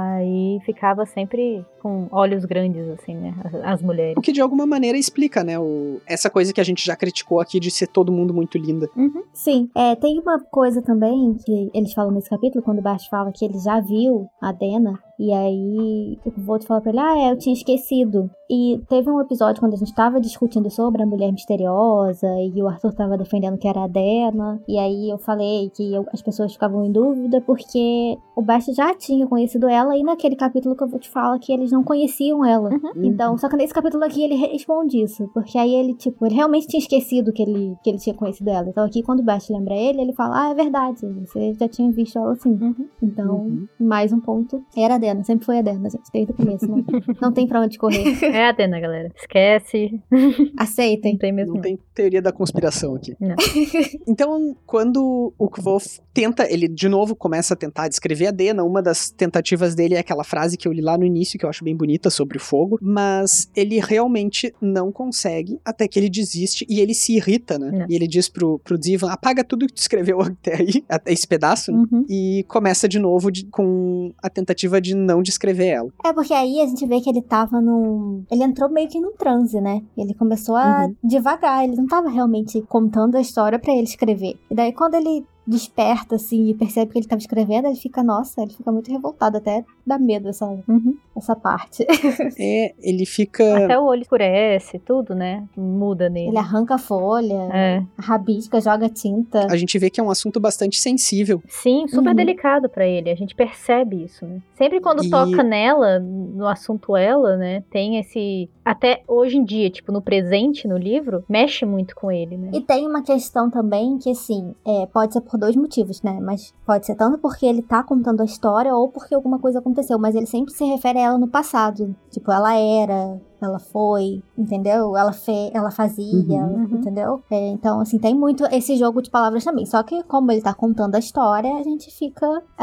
Aí ficava sempre com olhos grandes, assim, né? As, as mulheres. O que de alguma maneira explica, né? O, essa coisa que a gente já criticou aqui de ser todo mundo muito linda. Uhum. Sim, é, tem uma coisa também que eles falam nesse capítulo, quando o Bast fala que ele já viu a Dena, e aí o Kvolf fala pra ele, ah, é, eu tinha esquecido. E teve um episódio quando a gente tava discutindo sobre a mulher misteriosa, e o Arthur tava defendendo que era a Dena, e aí eu falei que eu, as pessoas ficavam em dúvida porque o Bast já tinha conhecido ela, e naquele capítulo que eu vou te falar que eles não conheciam ela. Uhum. Então, só que nesse capítulo aqui ele responde isso, porque aí ele, tipo, ele realmente tinha esquecido que ele, que ele tinha conhecido ela. Então aqui quando o Bast lembra ele, ele fala, ah, é verdade, você já tinha visto ela assim. Uhum. Então, Uhum. mais um ponto. Era a Dena, sempre foi a Dena, gente, desde o começo, né? Não tem pra onde correr. É a Dena, galera. Esquece. Não Aceitem. tem mesmo. Não tem teoria da conspiração aqui. Não. Então, quando o Kvolf tenta, ele de novo começa a tentar descrever a Dena, uma das tentativas dele é aquela frase que eu li lá no início, que eu acho bem bonita, sobre o fogo, mas ele realmente não consegue, até que ele desiste e ele se irrita, né? Não. E ele diz pro, pro Zivan, apaga tudo que tu escreveu até aí, até esse pedaço, né? Uhum. E começa de novo de- com a tentativa de não descrever ela. É porque aí a gente vê que ele tava num... Ele entrou meio que num transe, né? Ele começou a Uhum. devagar, ele não tava realmente contando a história pra ele escrever. E daí quando ele desperta, assim, e percebe que ele tava escrevendo, ele fica, nossa, ele fica muito revoltado, até dá medo essa, Uhum. essa parte. É, ele fica... Até o olho escurece, tudo, né? Muda nele. Ele arranca a folha, É. rabisca, joga tinta. A gente vê que é um assunto bastante sensível. Sim, super Uhum. delicado pra ele. A gente percebe isso, né? Sempre quando E- toca nela, no assunto ela, né? Tem esse... Até hoje em dia, tipo, no presente, no livro, mexe muito com ele, né? E tem uma questão também que, assim, é, pode ser por dois motivos, né? Mas pode ser tanto porque ele tá contando a história ou porque alguma coisa aconteceu. Mas ele sempre se refere a ela no passado. Tipo, ela era, ela foi, entendeu? Ela, fe ela fazia, Uhum. Uhum. entendeu? É, então, assim, tem muito esse jogo de palavras também. Só que como ele tá contando a história, a gente fica...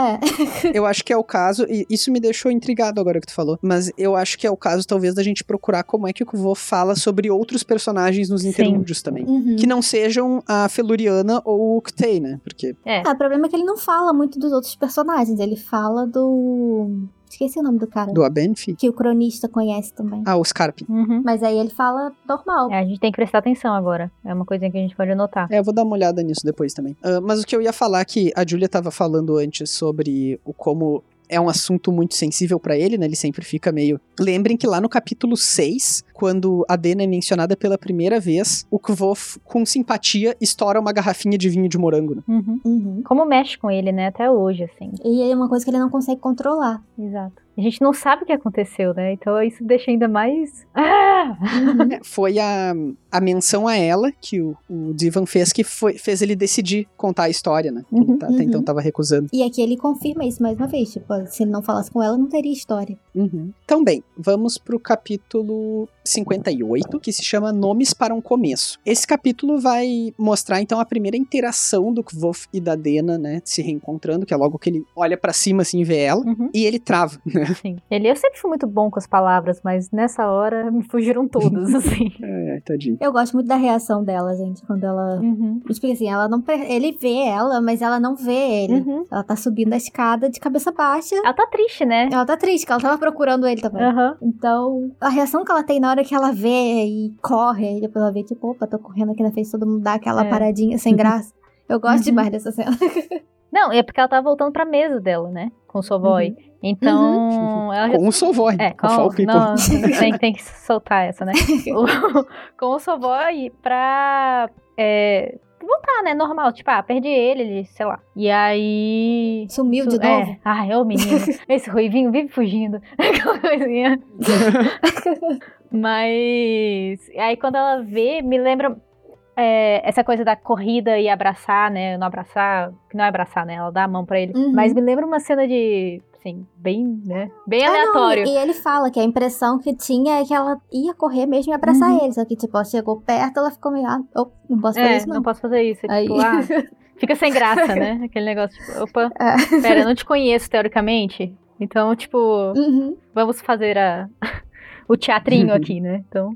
É, Eu acho que é o caso, e isso me deixou intrigado agora que tu falou, mas eu acho que é o caso talvez da gente procurar como é que o Kvolf fala sobre outros personagens nos Sim. interlúdios também. uhum. Que não sejam a Feluriana ou o Uktei, né? Porque É. Ah, o problema é que ele não fala muito dos outros personagens. Ele fala do... Esqueci o nome do cara. do Abenfi... Que o cronista conhece também. Ah, o Scarpin. Uhum. Mas aí ele fala normal. É, a gente tem que prestar atenção agora. É uma coisinha que a gente pode anotar. É, eu vou dar uma olhada nisso depois também. Ah, mas o que eu ia falar que a Julia tava falando antes sobre o como é um assunto muito sensível pra ele, né? Ele sempre fica meio... Lembrem que lá no capítulo seis, quando a Dena é mencionada pela primeira vez, o Kvolf, com simpatia, estoura uma garrafinha de vinho de morango, né? Uhum. Uhum. Como mexe com ele, né? Até hoje, assim. E é uma coisa que ele não consegue controlar. Exato. A gente não sabe o que aconteceu, né? Então isso deixa ainda mais... Ah! Foi a, a menção a ela que o, o Divan fez que foi, fez ele decidir contar a história, né? Uhum, ele tá, até uhum. então tava recusando. E aqui ele confirma isso mais uma vez, tipo, se ele não falasse com ela, não teria história. Uhum. Então bem, vamos pro capítulo cinquenta e oito, que se chama Nomes para um Começo. Esse capítulo vai mostrar então a primeira interação do Kvof e da Dena, né, se reencontrando, que é logo que ele olha pra cima assim e vê ela, uhum. e ele trava, né? Sim. Ele, eu sempre fui muito bom com as palavras, mas nessa hora me fugiram todas, assim. É, tadinho. Eu gosto muito da reação dela, gente, quando ela... Uhum. Tipo assim, ela não... ele vê ela, mas ela não vê ele. Uhum. Ela tá subindo a escada de cabeça baixa. Ela tá triste, né? Ela tá triste, porque ela tava procurando ele também. Uhum. Então, a reação que ela tem na hora que ela vê e corre, e depois ela vê, tipo, opa, tô correndo aqui na frente, todo mundo dá aquela é. paradinha sem graça. Eu gosto uhum. demais dessa cena. Não, é porque ela tava voltando pra mesa dela, né? Com o Sovoi. Uhum. Então... Uhum. Ela com o Sovoi. É, com o... Não, tem, tem que soltar essa, né? o, com o Sovoi pra... É, voltar, né? Normal. Tipo, ah, perdi ele, ele, sei lá. E aí... Sumiu de novo? É. Ai, ô menino. Esse ruivinho vive fugindo. Aquela coisinha. Mas... Aí quando ela vê, me lembra... É, essa coisa da corrida e abraçar, né? Não abraçar, que não é abraçar, né? Ela dá a mão pra ele. Uhum. Mas me lembra uma cena de, assim, bem, né? Bem aleatório. Ah, não, e, e ele fala que a impressão que tinha é que ela ia correr mesmo e abraçar uhum. ele. Só que, tipo, ela chegou perto, ela ficou meio, ah, oh, não posso fazer é, isso, não. não posso fazer isso. Aí... Tipo, ah, fica sem graça, né? Aquele negócio, tipo, opa, é. Pera, eu não te conheço, teoricamente. Então, tipo, uhum. vamos fazer a, o teatrinho uhum. aqui, né? Então...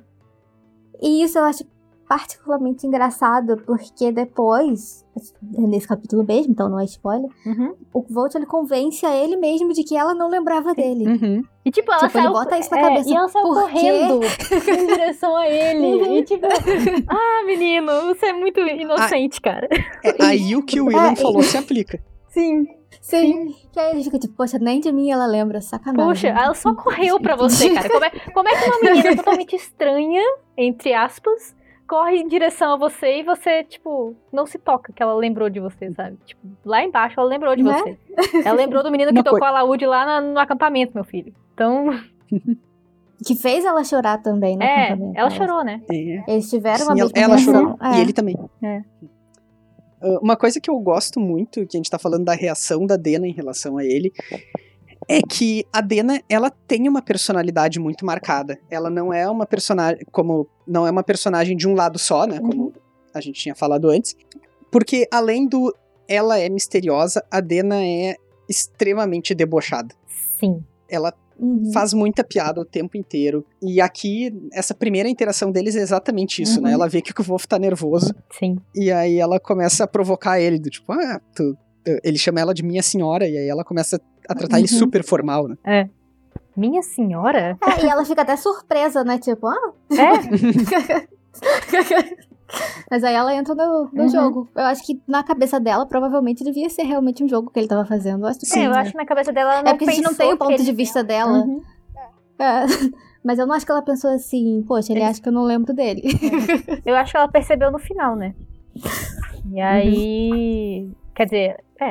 E isso eu acho particularmente engraçado, porque depois, nesse capítulo mesmo, então não é spoiler, uhum. o Volt, ele convence a ele mesmo de que ela não lembrava dele. Uhum. E tipo, ela tipo, saiu... ele bota isso na é, cabeça. E ela saiu correndo em direção a ele. E tipo, ah, menino, você é muito inocente, ah, cara. É, aí o que o William é, falou e... se aplica. Sim. Sim. Que aí ele fica tipo, poxa, nem de mim ela lembra, sacanagem. Poxa, ela só correu pra você, cara. Como é, como é que uma menina totalmente estranha, entre aspas, corre em direção a você e você, tipo, não se toca que ela lembrou de você, sabe? Tipo, lá embaixo ela lembrou de né? você. Ela lembrou do menino que tocou a alaúde lá na, no acampamento, meu filho. Então... Que fez ela chorar também no é, acampamento. ela chorou, né? É. Eles tiveram Sim, uma mesma ela reação. chorou, é. e ele também. É. Uma coisa que eu gosto muito, que a gente tá falando da reação da Dena em relação a ele, é que a Dena, ela tem uma personalidade muito marcada. Ela não é uma personagem, como, não é uma personagem de um lado só, né, como uhum. a gente tinha falado antes, porque além do ela é misteriosa, a Dena é extremamente debochada. Sim. Ela uhum. faz muita piada o tempo inteiro, e aqui, essa primeira interação deles é exatamente isso, uhum. né, ela vê que o Wolf tá nervoso, sim. E aí ela começa a provocar ele, do tipo, ah, tu... ele chama ela de minha senhora, e aí ela começa a tratar uhum. ele super formal, né? É. Minha senhora? É, e ela fica até surpresa, né? Tipo, ah... É? Mas aí ela entra no, no uhum. jogo. Eu acho que na cabeça dela, provavelmente, devia ser realmente um jogo que ele tava fazendo. Eu acho que sim, é, eu né? acho que na cabeça dela ela não É porque a gente não tem o ponto de vista dela. Uhum. É. Mas eu não acho que ela pensou assim, poxa, ele, ele... acha que eu não lembro dele. É. Eu acho que ela percebeu no final, né? E aí... Uhum. Quer dizer, é...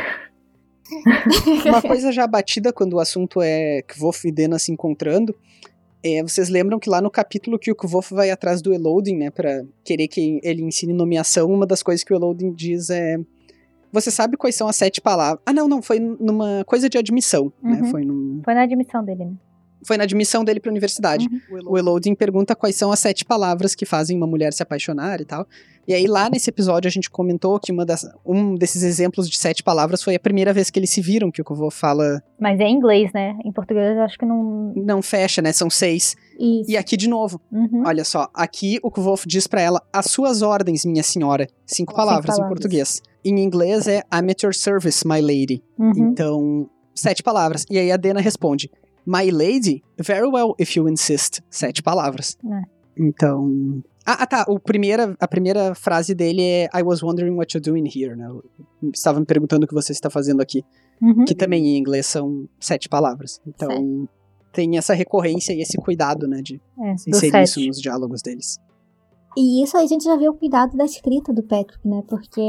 Uma coisa já batida quando o assunto é Kvof e Dena se encontrando, é, vocês lembram que lá no capítulo que o Kvof vai atrás do Elodin, né, pra querer que ele ensine nomeação, uma das coisas que o Elodin diz é: você sabe quais são as sete palavras? Ah, não, não, foi numa coisa de admissão, uhum. né, foi num... Foi na admissão dele, né? Foi na admissão dele pra universidade. Uhum. O Elodin pergunta quais são as sete palavras que fazem uma mulher se apaixonar e tal. E aí lá nesse episódio a gente comentou que uma das, um desses exemplos de sete palavras foi a primeira vez que eles se viram, que o Kvof fala... Mas é em inglês, né? Em português eu acho que não... Não fecha, né? São seis. Isso. E aqui de novo. Uhum. Olha só, aqui o Kvof diz pra ela, as suas ordens, minha senhora. Cinco palavras, palavras em português. Em inglês é I'm at your service, my lady. Uhum. Então, sete palavras. E aí a Dena responde... My lady? Very well, if you insist. Sete palavras. É. Então... Ah, ah, tá. O primeira, a primeira frase dele é I was wondering what you're doing here, né? Eu estava me perguntando o que você está fazendo aqui. Uhum. Que também em inglês são sete palavras. Então, Sete. Tem essa recorrência e esse cuidado, né? De é, inserir isso nos diálogos deles. E isso aí a gente já vê o cuidado da escrita do Patrick, né? Porque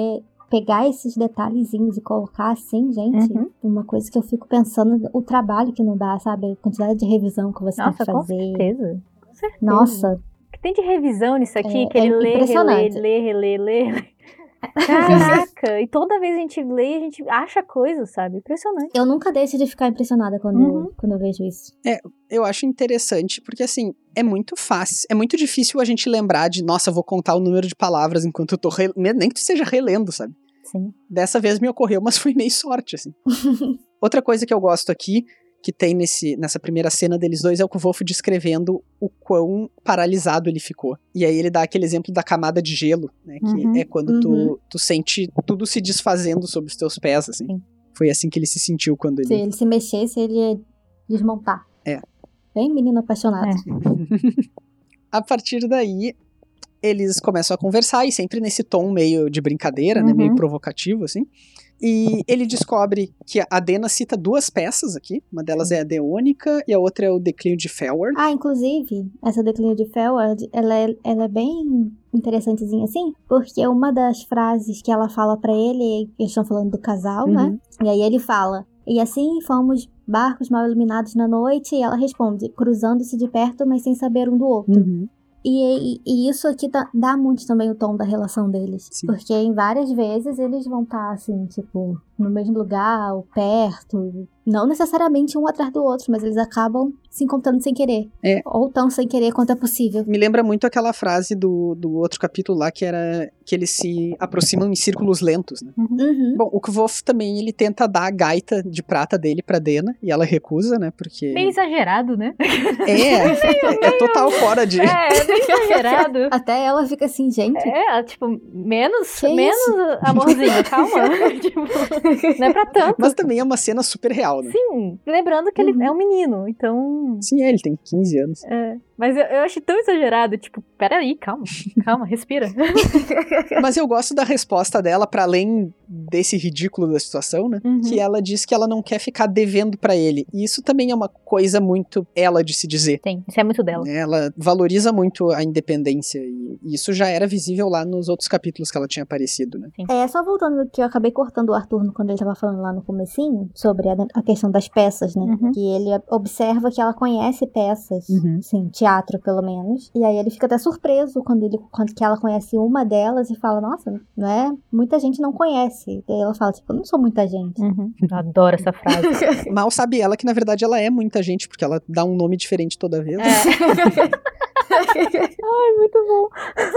pegar esses detalhezinhos e colocar assim, gente, Uhum. uma coisa que eu fico pensando, o trabalho que não dá, sabe? A quantidade de revisão que você Nossa, tem que com fazer. certeza. Com certeza. Nossa, O que tem de revisão nisso aqui, É- que ele é lê, relê, impressionante. lê, relê, lê. Caraca! E toda vez a gente lê, a gente acha coisas, sabe? Impressionante. eu nunca deixo de ficar impressionada quando, Uhum. quando eu vejo isso. Eu acho interessante, porque assim, é muito fácil, é muito difícil a gente lembrar de, nossa, eu vou contar o número de palavras enquanto eu tô re... nem que tu esteja relendo, sabe? Sim. Dessa vez me ocorreu, mas foi meio sorte, assim. Outra coisa que eu gosto aqui, que tem nesse, nessa primeira cena deles dois, é o Kvolf descrevendo o quão paralisado ele ficou. E aí ele dá aquele exemplo da camada de gelo, né? Que Uhum. é quando Uhum. tu, tu sente tudo se desfazendo sob os teus pés, assim. Sim. Foi assim que ele se sentiu quando ele... Se ele se mexesse, ele ia desmontar. É. Bem menino apaixonado. É. A partir daí, eles começam a conversar, e sempre nesse tom meio de brincadeira, né? Uhum. Meio provocativo, assim. E ele descobre que a Dena cita duas peças aqui. Uma delas é a Deônica e a outra é o Declínio de Felward. Ah, inclusive, essa declínio de Felward, ela é, ela é bem interessantezinha assim, porque uma das frases que ela fala pra ele, eles estão falando do casal, Uhum. né? E aí ele fala, e assim fomos barcos mal iluminados na noite, e ela responde, cruzando-se de perto, mas sem saber um do outro. Uhum. E, e, e isso aqui dá, dá muito também o tom da relação deles. Sim. Porque em várias vezes eles vão estar, assim, tipo, no mesmo lugar, ou perto. Não necessariamente um atrás do outro, mas eles acabam se encontrando sem querer. É. Ou tão sem querer quanto é possível. Me lembra muito aquela frase do, do outro capítulo lá, que era que eles se aproximam em círculos lentos, né? Uhum. Bom, o Kvolf também, ele tenta dar a gaita de prata dele pra Dena, e ela recusa, né? Porque... Meio exagerado, né? É, é, é total fora de... É, é meio exagerado. Até ela fica assim, gente. É, tipo, menos, Que menos isso? amorzinho, calma. Tipo, não é pra tanto. Mas também é uma cena super real, né? Sim, lembrando que ele Uhum. é um menino, então... Sim, é, ele tem quinze anos. É, mas eu, eu achei tão exagerado, tipo, peraí, calma, calma, respira. Mas eu gosto da resposta dela, pra além desse ridículo da situação, né? Uhum. Que ela diz que ela não quer ficar devendo pra ele. E isso também é uma coisa muito ela de se dizer. Sim, isso é muito dela. Né? Ela valoriza muito a independência. E isso já era visível lá nos outros capítulos que ela tinha aparecido, né? É, só voltando que eu acabei cortando o Arthur quando ele tava falando lá no comecinho, sobre a, a questão das peças, né? Uhum. Que ele observa que ela conhece peças, Uhum. assim, teatro pelo menos. E aí ele fica até surpreso quando, ele, quando que ela conhece uma delas e fala, nossa, não é? Muita gente não conhece. E aí ela fala, tipo, eu não sou muita gente. Uhum. Eu adoro essa frase. Mal sabe ela que, na verdade, ela é muita gente, porque ela dá um nome diferente toda vez. É. Ai, muito bom.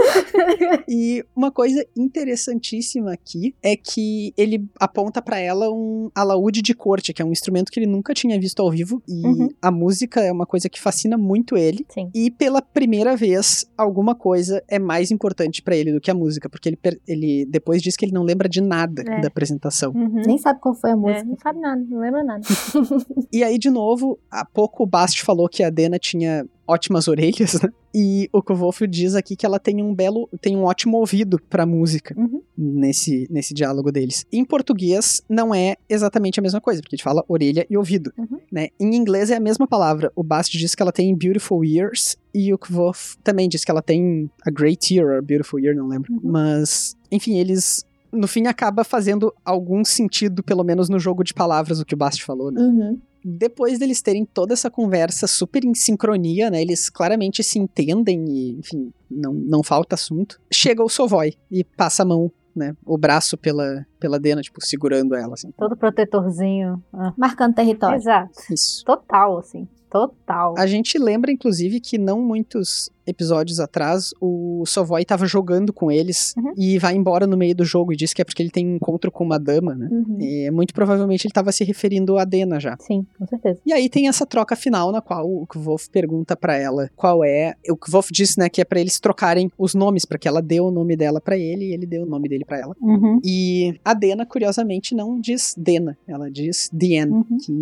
E uma coisa interessantíssima aqui é que ele aponta pra ela um alaúde de corte, que é um instrumento que ele nunca tinha visto ao vivo, e Uhum. a música é uma coisa que fascina muito ele. Sim. E pela primeira vez, alguma coisa é mais importante pra ele do que a música, porque ele, per- ele depois diz que ele não lembra de nada É. da apresentação. Uhum. Nem sabe qual foi a É, música. não sabe nada, não lembra nada. E aí, de novo, há pouco o Bast falou que a Dena tinha ótimas orelhas, né? E o Kvolf diz aqui que ela tem um belo, tem um ótimo ouvido pra música Uhum. nesse, nesse diálogo deles. Em português não é exatamente a mesma coisa, porque a gente fala orelha e ouvido, Uhum. né? Em inglês é a mesma palavra. O Bast diz que ela tem beautiful ears e o Kvolf também diz que ela tem a great ear, or beautiful ear, não lembro. Uhum. Mas, enfim, eles no fim acaba fazendo algum sentido, pelo menos no jogo de palavras, o que o Bast falou, né? Uhum. Depois deles terem toda essa conversa super em sincronia, né? Eles claramente se entendem e, enfim, não, não falta assunto. Chega o Sovoi e passa a mão, né? O braço pela, pela Dena, tipo, segurando ela, assim. Todo protetorzinho. Ah. Marcando território. Exato. Isso. Total, assim. Total. A gente lembra, inclusive, que não muitos episódios atrás, o Sovoi tava jogando com eles Uhum. e vai embora no meio do jogo e diz que é porque ele tem um encontro com uma dama, né? Uhum. E, muito provavelmente ele tava se referindo a Dena já. Sim, com certeza. E aí tem essa troca final na qual o Kvolf pergunta pra ela qual é. O Kvolf disse, né, que é pra eles trocarem os nomes, pra que ela dê o nome dela pra ele e ele dê o nome dele pra ela. Uhum. E a Dena, curiosamente, não diz Dena, ela diz Dien, Uhum. que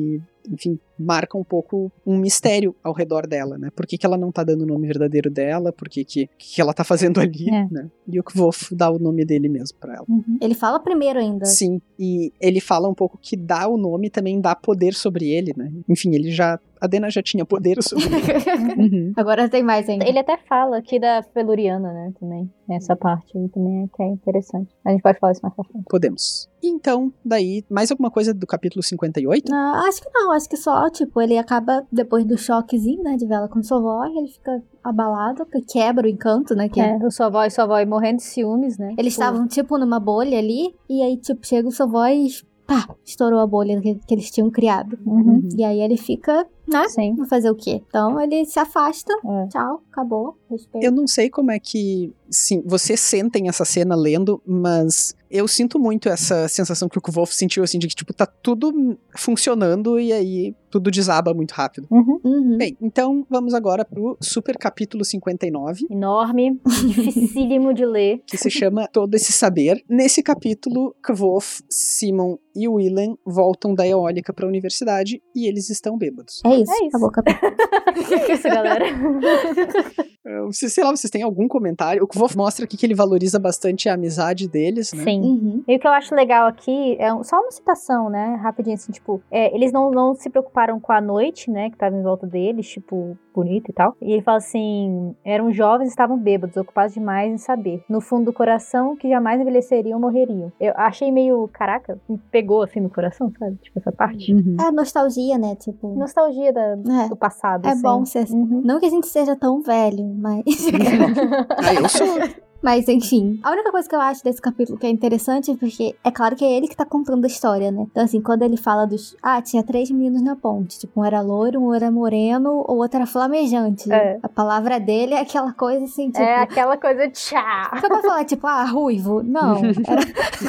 enfim, marca um pouco um mistério ao redor dela, né? Por que, que ela não tá dando o nome verdadeiro dela? Por que, que, que ela tá fazendo ali, É. né? E o Kvof dá o nome dele mesmo pra ela. Uhum. Ele fala primeiro ainda. Sim, e ele fala um pouco que dá o nome também dá poder sobre ele, né? Enfim, ele já... A Dena já tinha poder sobre ele. Uhum. Agora tem mais ainda. Ele até fala aqui da Feluriana, né, também. Essa parte aí também é, que é interessante. A gente pode falar isso mais pra frente. Podemos. Então, daí, mais alguma coisa do capítulo cinquenta e oito? Não, acho que não, acho que só, tipo, ele acaba, depois do choquezinho, né, de ver ela com sua avó, ele fica abalado, que quebra o encanto, né, que... É, o sua avó e sua avó morrendo de ciúmes, né? Eles Tipo, estavam, tipo, numa bolha ali, e aí, tipo, chega o sua avó e, pá, estourou a bolha que, que eles tinham criado. Uhum. E aí ele fica, né, Sim. vai fazer o quê? Então ele se afasta, É. tchau, acabou, respeito. Eu não sei como é que, sim, vocês sentem essa cena lendo, mas eu sinto muito essa sensação que o Kvof sentiu, assim, de que, tipo, tá tudo funcionando e aí tudo desaba muito rápido. Uhum. Uhum. Bem, então vamos agora pro super capítulo cinquenta e nove, Enorme, dificílimo de ler. que se chama Todo Esse Saber. Nesse capítulo, Kvof, Simon e Willen voltam da Eólica pra universidade e eles estão bêbados. É isso, É isso. acabou o capítulo. É isso, galera. Eu, se- sei lá, vocês têm algum comentário? O Kvof mostra aqui que ele valoriza bastante a amizade deles, né? Sim. Uhum. E o que eu acho legal aqui é um- só uma citação, né? Rapidinho, assim, tipo, é, eles não, não se preocuparam com a noite, né? Que tava em volta deles, tipo, bonito e tal. E ele fala assim: eram jovens e estavam bêbados, ocupados demais em saber. No fundo do coração, que jamais envelheceriam ou morreriam. Eu achei meio, caraca, me pegou assim no coração, sabe? Tipo, essa parte. Uhum. É nostalgia, né, tipo... Nostalgia da, É, do passado. é assim. bom ser assim. Uhum. Não que a gente seja tão velho, mas... Ah, eu sou. Mas, enfim. A única coisa que eu acho desse capítulo que é interessante é porque é claro que é ele que tá contando a história, né? Então, assim, quando ele fala dos... Ah, tinha três meninos na ponte. Tipo, um era loiro, um era moreno, o outro era flamejante. É. A palavra dele é aquela coisa assim, tipo... É aquela coisa de tchá. Só pra falar, tipo, ah, ruivo. Não. Era,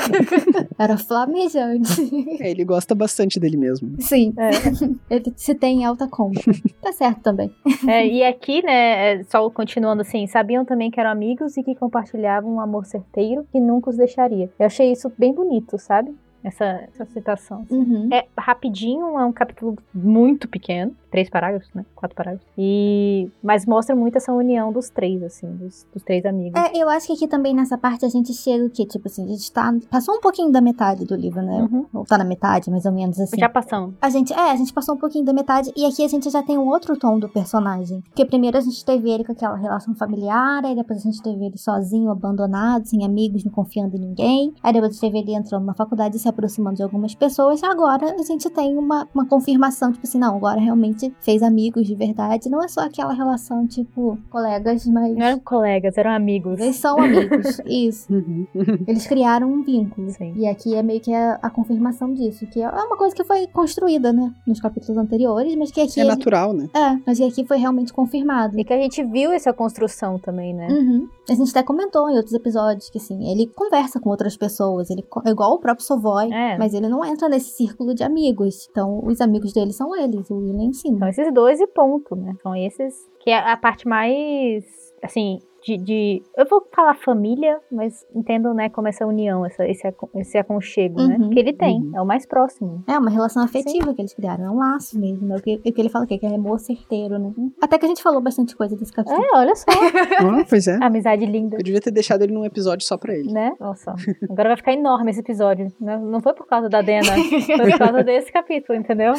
era flamejante. É, ele gosta bastante dele mesmo. Sim. É. Ele se tem em alta conta. Tá certo também. É, e aqui, né, é, só continuando assim, sabiam também que eram amigos e que compartilhavam um amor certeiro que nunca os deixaria. Eu achei isso bem bonito, sabe? Essa, essa citação. assim. Uhum. É rapidinho, é um capítulo muito pequeno, três parágrafos, né? Quatro parágrafos. E... Mas mostra muito essa união dos três, assim, dos, dos três amigos. É, eu acho que aqui também nessa parte a gente chega o quê? Tipo assim, a gente tá... Passou um pouquinho da metade do livro, né? Uhum. Ou tá na metade, mais ou menos assim. Já passamos. A gente, é, a gente passou um pouquinho da metade e aqui a gente já tem um outro tom do personagem. Porque primeiro a gente teve ele com aquela relação familiar, aí depois a gente teve ele sozinho, abandonado, sem amigos, não confiando em ninguém. Aí depois a gente teve ele entrando na faculdade e se aproximando de algumas pessoas. Agora a gente tem uma, uma confirmação, tipo assim, não, agora realmente fez amigos de verdade. Não é só aquela relação, tipo, colegas, mas... Não eram colegas, eram amigos. Eles são amigos, isso. Uhum. Eles criaram um vínculo. Sim. E aqui é meio que a, a confirmação disso. Que é uma coisa que foi construída, né? Nos capítulos anteriores, mas que aqui... É ele- natural, né? É, mas que aqui foi realmente confirmado. E que a gente viu essa construção também, né? Uhum. A gente até comentou em outros episódios que, assim, ele conversa com outras pessoas. Ele co- é igual o próprio Savoy, É. mas ele não entra nesse círculo de amigos. Então, os amigos dele são eles, o William em cima. São esses dois e ponto, né? São esses que é a parte mais, assim, de... de- eu vou falar família, mas entendo, né, como essa união, essa, esse, acon- esse aconchego, né? Uhum. Que ele tem, Uhum. é o mais próximo. É uma relação afetiva que eles criaram, é um laço mesmo. É o que, é o que ele fala aqui, que é amor certeiro, né? Até que a gente falou bastante coisa desse capítulo. É, olha só. Ah, pois é. Amizade linda. Eu devia ter deixado ele num episódio só pra ele. Né? Nossa. Agora vai ficar enorme esse episódio. Né? Não foi por causa da Dena, foi por causa desse capítulo, entendeu?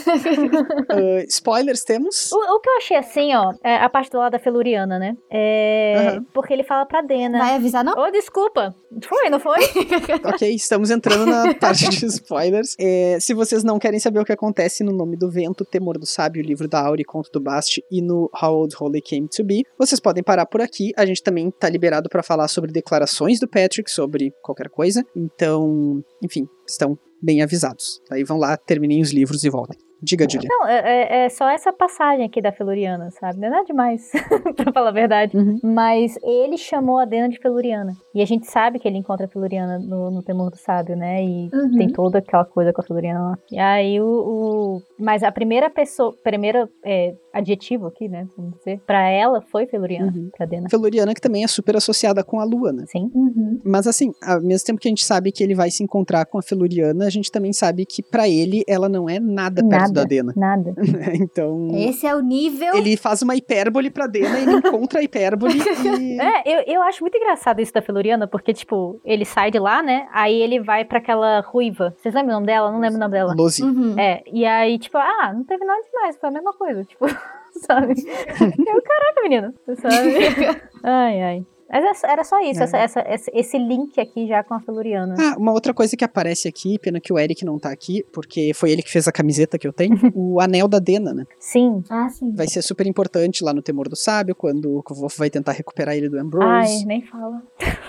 Ah, spoilers temos? O, o que eu achei assim, ó, é a parte do lado da Feluriana, né? É. Aham. Porque ele fala pra Dena. Vai avisar, não? Ô, desculpa. Foi, não foi? Ok, estamos entrando na parte de spoilers. É, se vocês não querem saber o que acontece no Nome do Vento, Temor do Sábio, Livro da Auri, Conto do Bast e no How Old Holy Came to Be, vocês podem parar por aqui. A gente também tá liberado pra falar sobre declarações do Patrick, sobre qualquer coisa. Então, enfim, estão bem avisados. Daí vão lá, terminem os livros e voltem. Diga, Julia. Não, é, é- é só essa passagem aqui da Feluriana, sabe? Não é nada demais, pra falar a verdade. Uhum. Mas ele chamou a Dena de Feluriana. E a gente sabe que ele encontra a Feluriana no, no Temor do Sábio, né? E Uhum. tem toda aquela coisa com a Feluriana lá. E aí o... o- Mas a primeira pessoa, primeira é, adjetivo aqui, né? Vamos dizer, pra ela foi Feluriana, Uhum. pra Dena. Feluriana, que também é super associada com a Lua, né? Sim. Uhum. Mas assim, ao mesmo tempo que a gente sabe que ele vai se encontrar com a Feluriana, a gente também sabe que pra ele ela não é nada perto nada, da Dena. Nada. Então... Esse é o nível... Ele faz uma hipérbole pra Dena, ele encontra a hipérbole e... É, eu, eu acho muito engraçado isso da Feluriana, porque, tipo, ele sai de lá, né? Aí ele vai pra aquela ruiva. Vocês lembram o nome dela? Não lembro o nome dela. Lucy. Uhum. É, e aí, tipo, ah, não teve nada demais, foi a mesma coisa, tipo, sabe? Eu, caraca, menino, sabe? Ai, ai. Mas era só isso, É. essa, essa, esse, esse link aqui já com a Feluriana. Ah, uma outra coisa que aparece aqui, pena que o Eric não tá aqui, porque foi ele que fez a camiseta que eu tenho, o anel da Dena, né? Sim. Ah, sim. Vai ser super importante lá no Temor do Sábio, quando o Kvolf vai tentar recuperar ele do Ambrose. Ai, nem fala.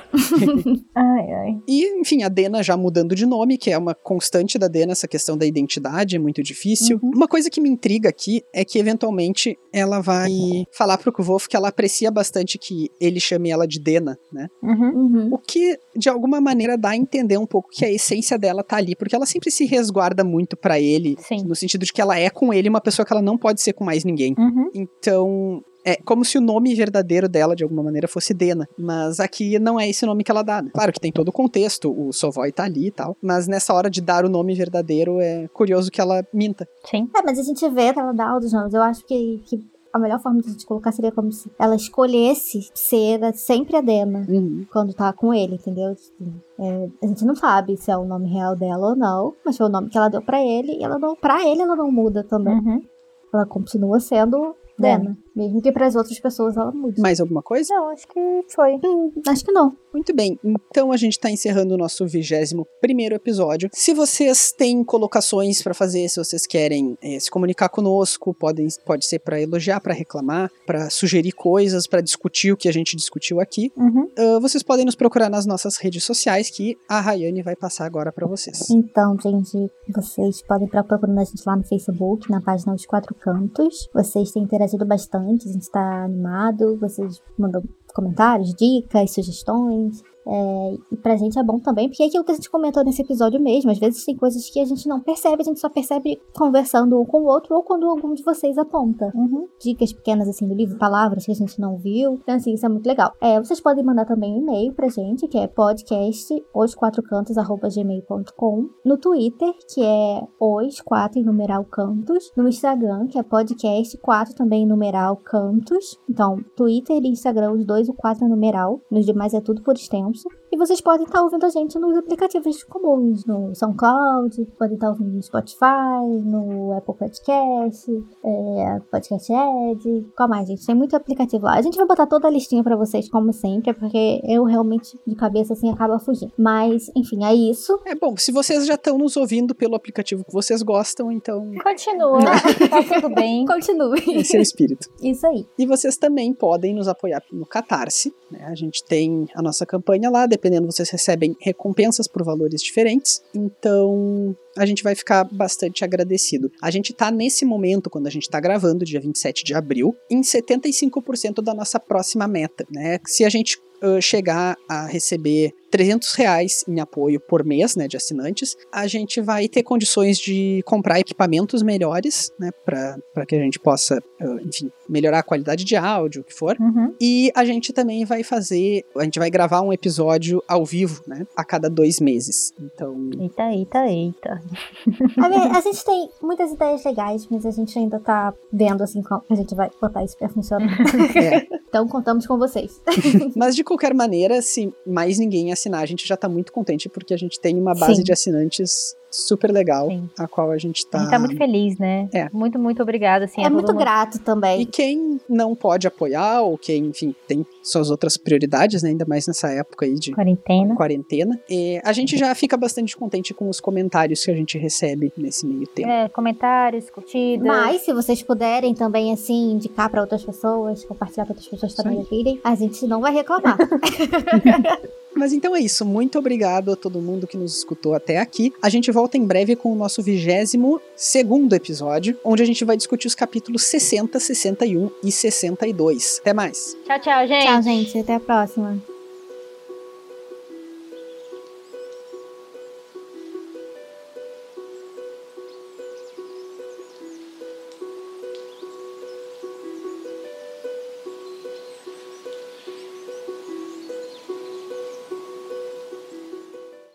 Ai, ai. E, enfim, a Dena já mudando de nome, que é uma constante da Dena, essa questão da identidade é muito difícil. Uhum. Uma coisa que me intriga aqui é que, eventualmente, ela vai falar pro Kvolf que ela aprecia bastante que ele chame ela de Dena, né? Uhum. Uhum. O que, de alguma maneira, dá a entender um pouco que a essência dela tá ali, porque ela sempre se resguarda muito pra ele, Sim. no sentido de que ela é com ele uma pessoa que ela não pode ser com mais ninguém. Uhum. Então... é como se o nome verdadeiro dela, de alguma maneira, fosse Dena. Mas aqui não é esse nome que ela dá, né? Claro que tem todo o contexto, o Sovoi tá ali e tal. Mas nessa hora de dar o nome verdadeiro, é curioso que ela minta. Sim. É, mas a gente vê ela dar os nomes. Eu acho que, que a melhor forma de a gente colocar seria como se ela escolhesse ser sempre a Dena. Uhum. Quando tá com ele, entendeu? É, a gente não sabe se é o nome real dela ou não. Mas foi o nome que ela deu pra ele. E ela não, pra ele ela não muda também. Uhum. Ela continua sendo Dena. Mesmo que pras outras pessoas ela mude. Mais alguma coisa? Não, acho que foi. Hum, acho que não. Muito bem, então a gente tá encerrando o nosso vigésimo primeiro episódio. Se vocês têm colocações pra fazer, se vocês querem é, se comunicar conosco, podem, pode ser pra elogiar, pra reclamar, pra sugerir coisas, pra discutir o que a gente discutiu aqui. Uhum. Uh, vocês podem nos procurar nas nossas redes sociais, que a Rayane vai passar agora pra vocês. Então, gente, vocês podem estar procurando a gente lá no Facebook, na página Os Quatro Cantos. Vocês têm interagido bastante, a gente tá animado, vocês mandam comentários, dicas, sugestões. É, e pra gente é bom também, porque é aquilo que a gente comentou nesse episódio mesmo. Às vezes tem coisas que a gente não percebe, a gente só percebe conversando um com o outro ou quando algum de vocês aponta. Uhum. Dicas pequenas assim do livro, palavras que a gente não viu. Então, assim, isso é muito legal. É, vocês podem mandar também um e-mail pra gente, que é podcast os quatro cantos arroba gmail ponto com. No Twitter, que é os quatro em numeral cantos. No Instagram, que é podcast quatro também em numeral cantos. Então, Twitter e Instagram, os dois, o quatro em numeral. Nos demais é tudo por extenso. E vocês podem estar ouvindo a gente nos aplicativos comuns, no SoundCloud, podem estar ouvindo no Spotify, no Apple Podcast, é, Podcast Ed, qual mais, gente? Tem muito aplicativo lá. A gente vai botar toda a listinha pra vocês, como sempre, porque eu realmente, de cabeça, assim, acaba fugindo. Mas, enfim, é isso. É bom, se vocês já estão nos ouvindo pelo aplicativo que vocês gostam, então Continua, tá tudo bem. Continue. esse é o espírito. Isso aí. E vocês também podem nos apoiar no Catarse, né? A gente tem a nossa campanha lá, dependendo, vocês recebem recompensas por valores diferentes, então a gente vai ficar bastante agradecido. A gente tá nesse momento, quando a gente tá gravando, dia vinte e sete de abril, em setenta e cinco por cento da nossa próxima meta, né? Se a gente uh, chegar a receber trezentos reais em apoio por mês, né, de assinantes, a gente vai ter condições de comprar equipamentos melhores, né, para que a gente possa, uh, enfim, melhorar a qualidade de áudio, o que for. Uhum. E a gente também vai fazer, a gente vai gravar um episódio ao vivo, né, a cada dois meses. Então... Eita, eita, eita. A, ver, a gente tem muitas ideias legais, mas a gente ainda tá vendo, assim, como a gente vai botar isso pra funcionar. É. Então, contamos com vocês. Mas, de qualquer maneira, se mais ninguém assinar, a gente já tá muito contente, porque a gente tem uma base Sim. de assinantes super legal, Sim. a qual a gente tá... A gente tá muito feliz, né? É. Muito, muito obrigada, assim, É a todo muito mundo. grato também. E quem não pode apoiar, ou quem, enfim, tem suas outras prioridades, né, ainda mais nessa época aí de Quarentena. quarentena, é, a gente já fica bastante contente com os comentários que a gente recebe nesse meio tempo. É, comentários, curtidas. Mas, se vocês puderem também, assim, indicar pra outras pessoas, compartilhar pra outras pessoas também ouvirem, a gente não vai reclamar. Mas então é isso, muito obrigado a todo mundo que nos escutou até aqui. A gente volta em breve com o nosso vigésimo segundo episódio, onde a gente vai discutir os capítulos sessenta, sessenta e um e sessenta e dois. Até mais! Tchau, tchau, gente. Tchau, gente. Até a próxima.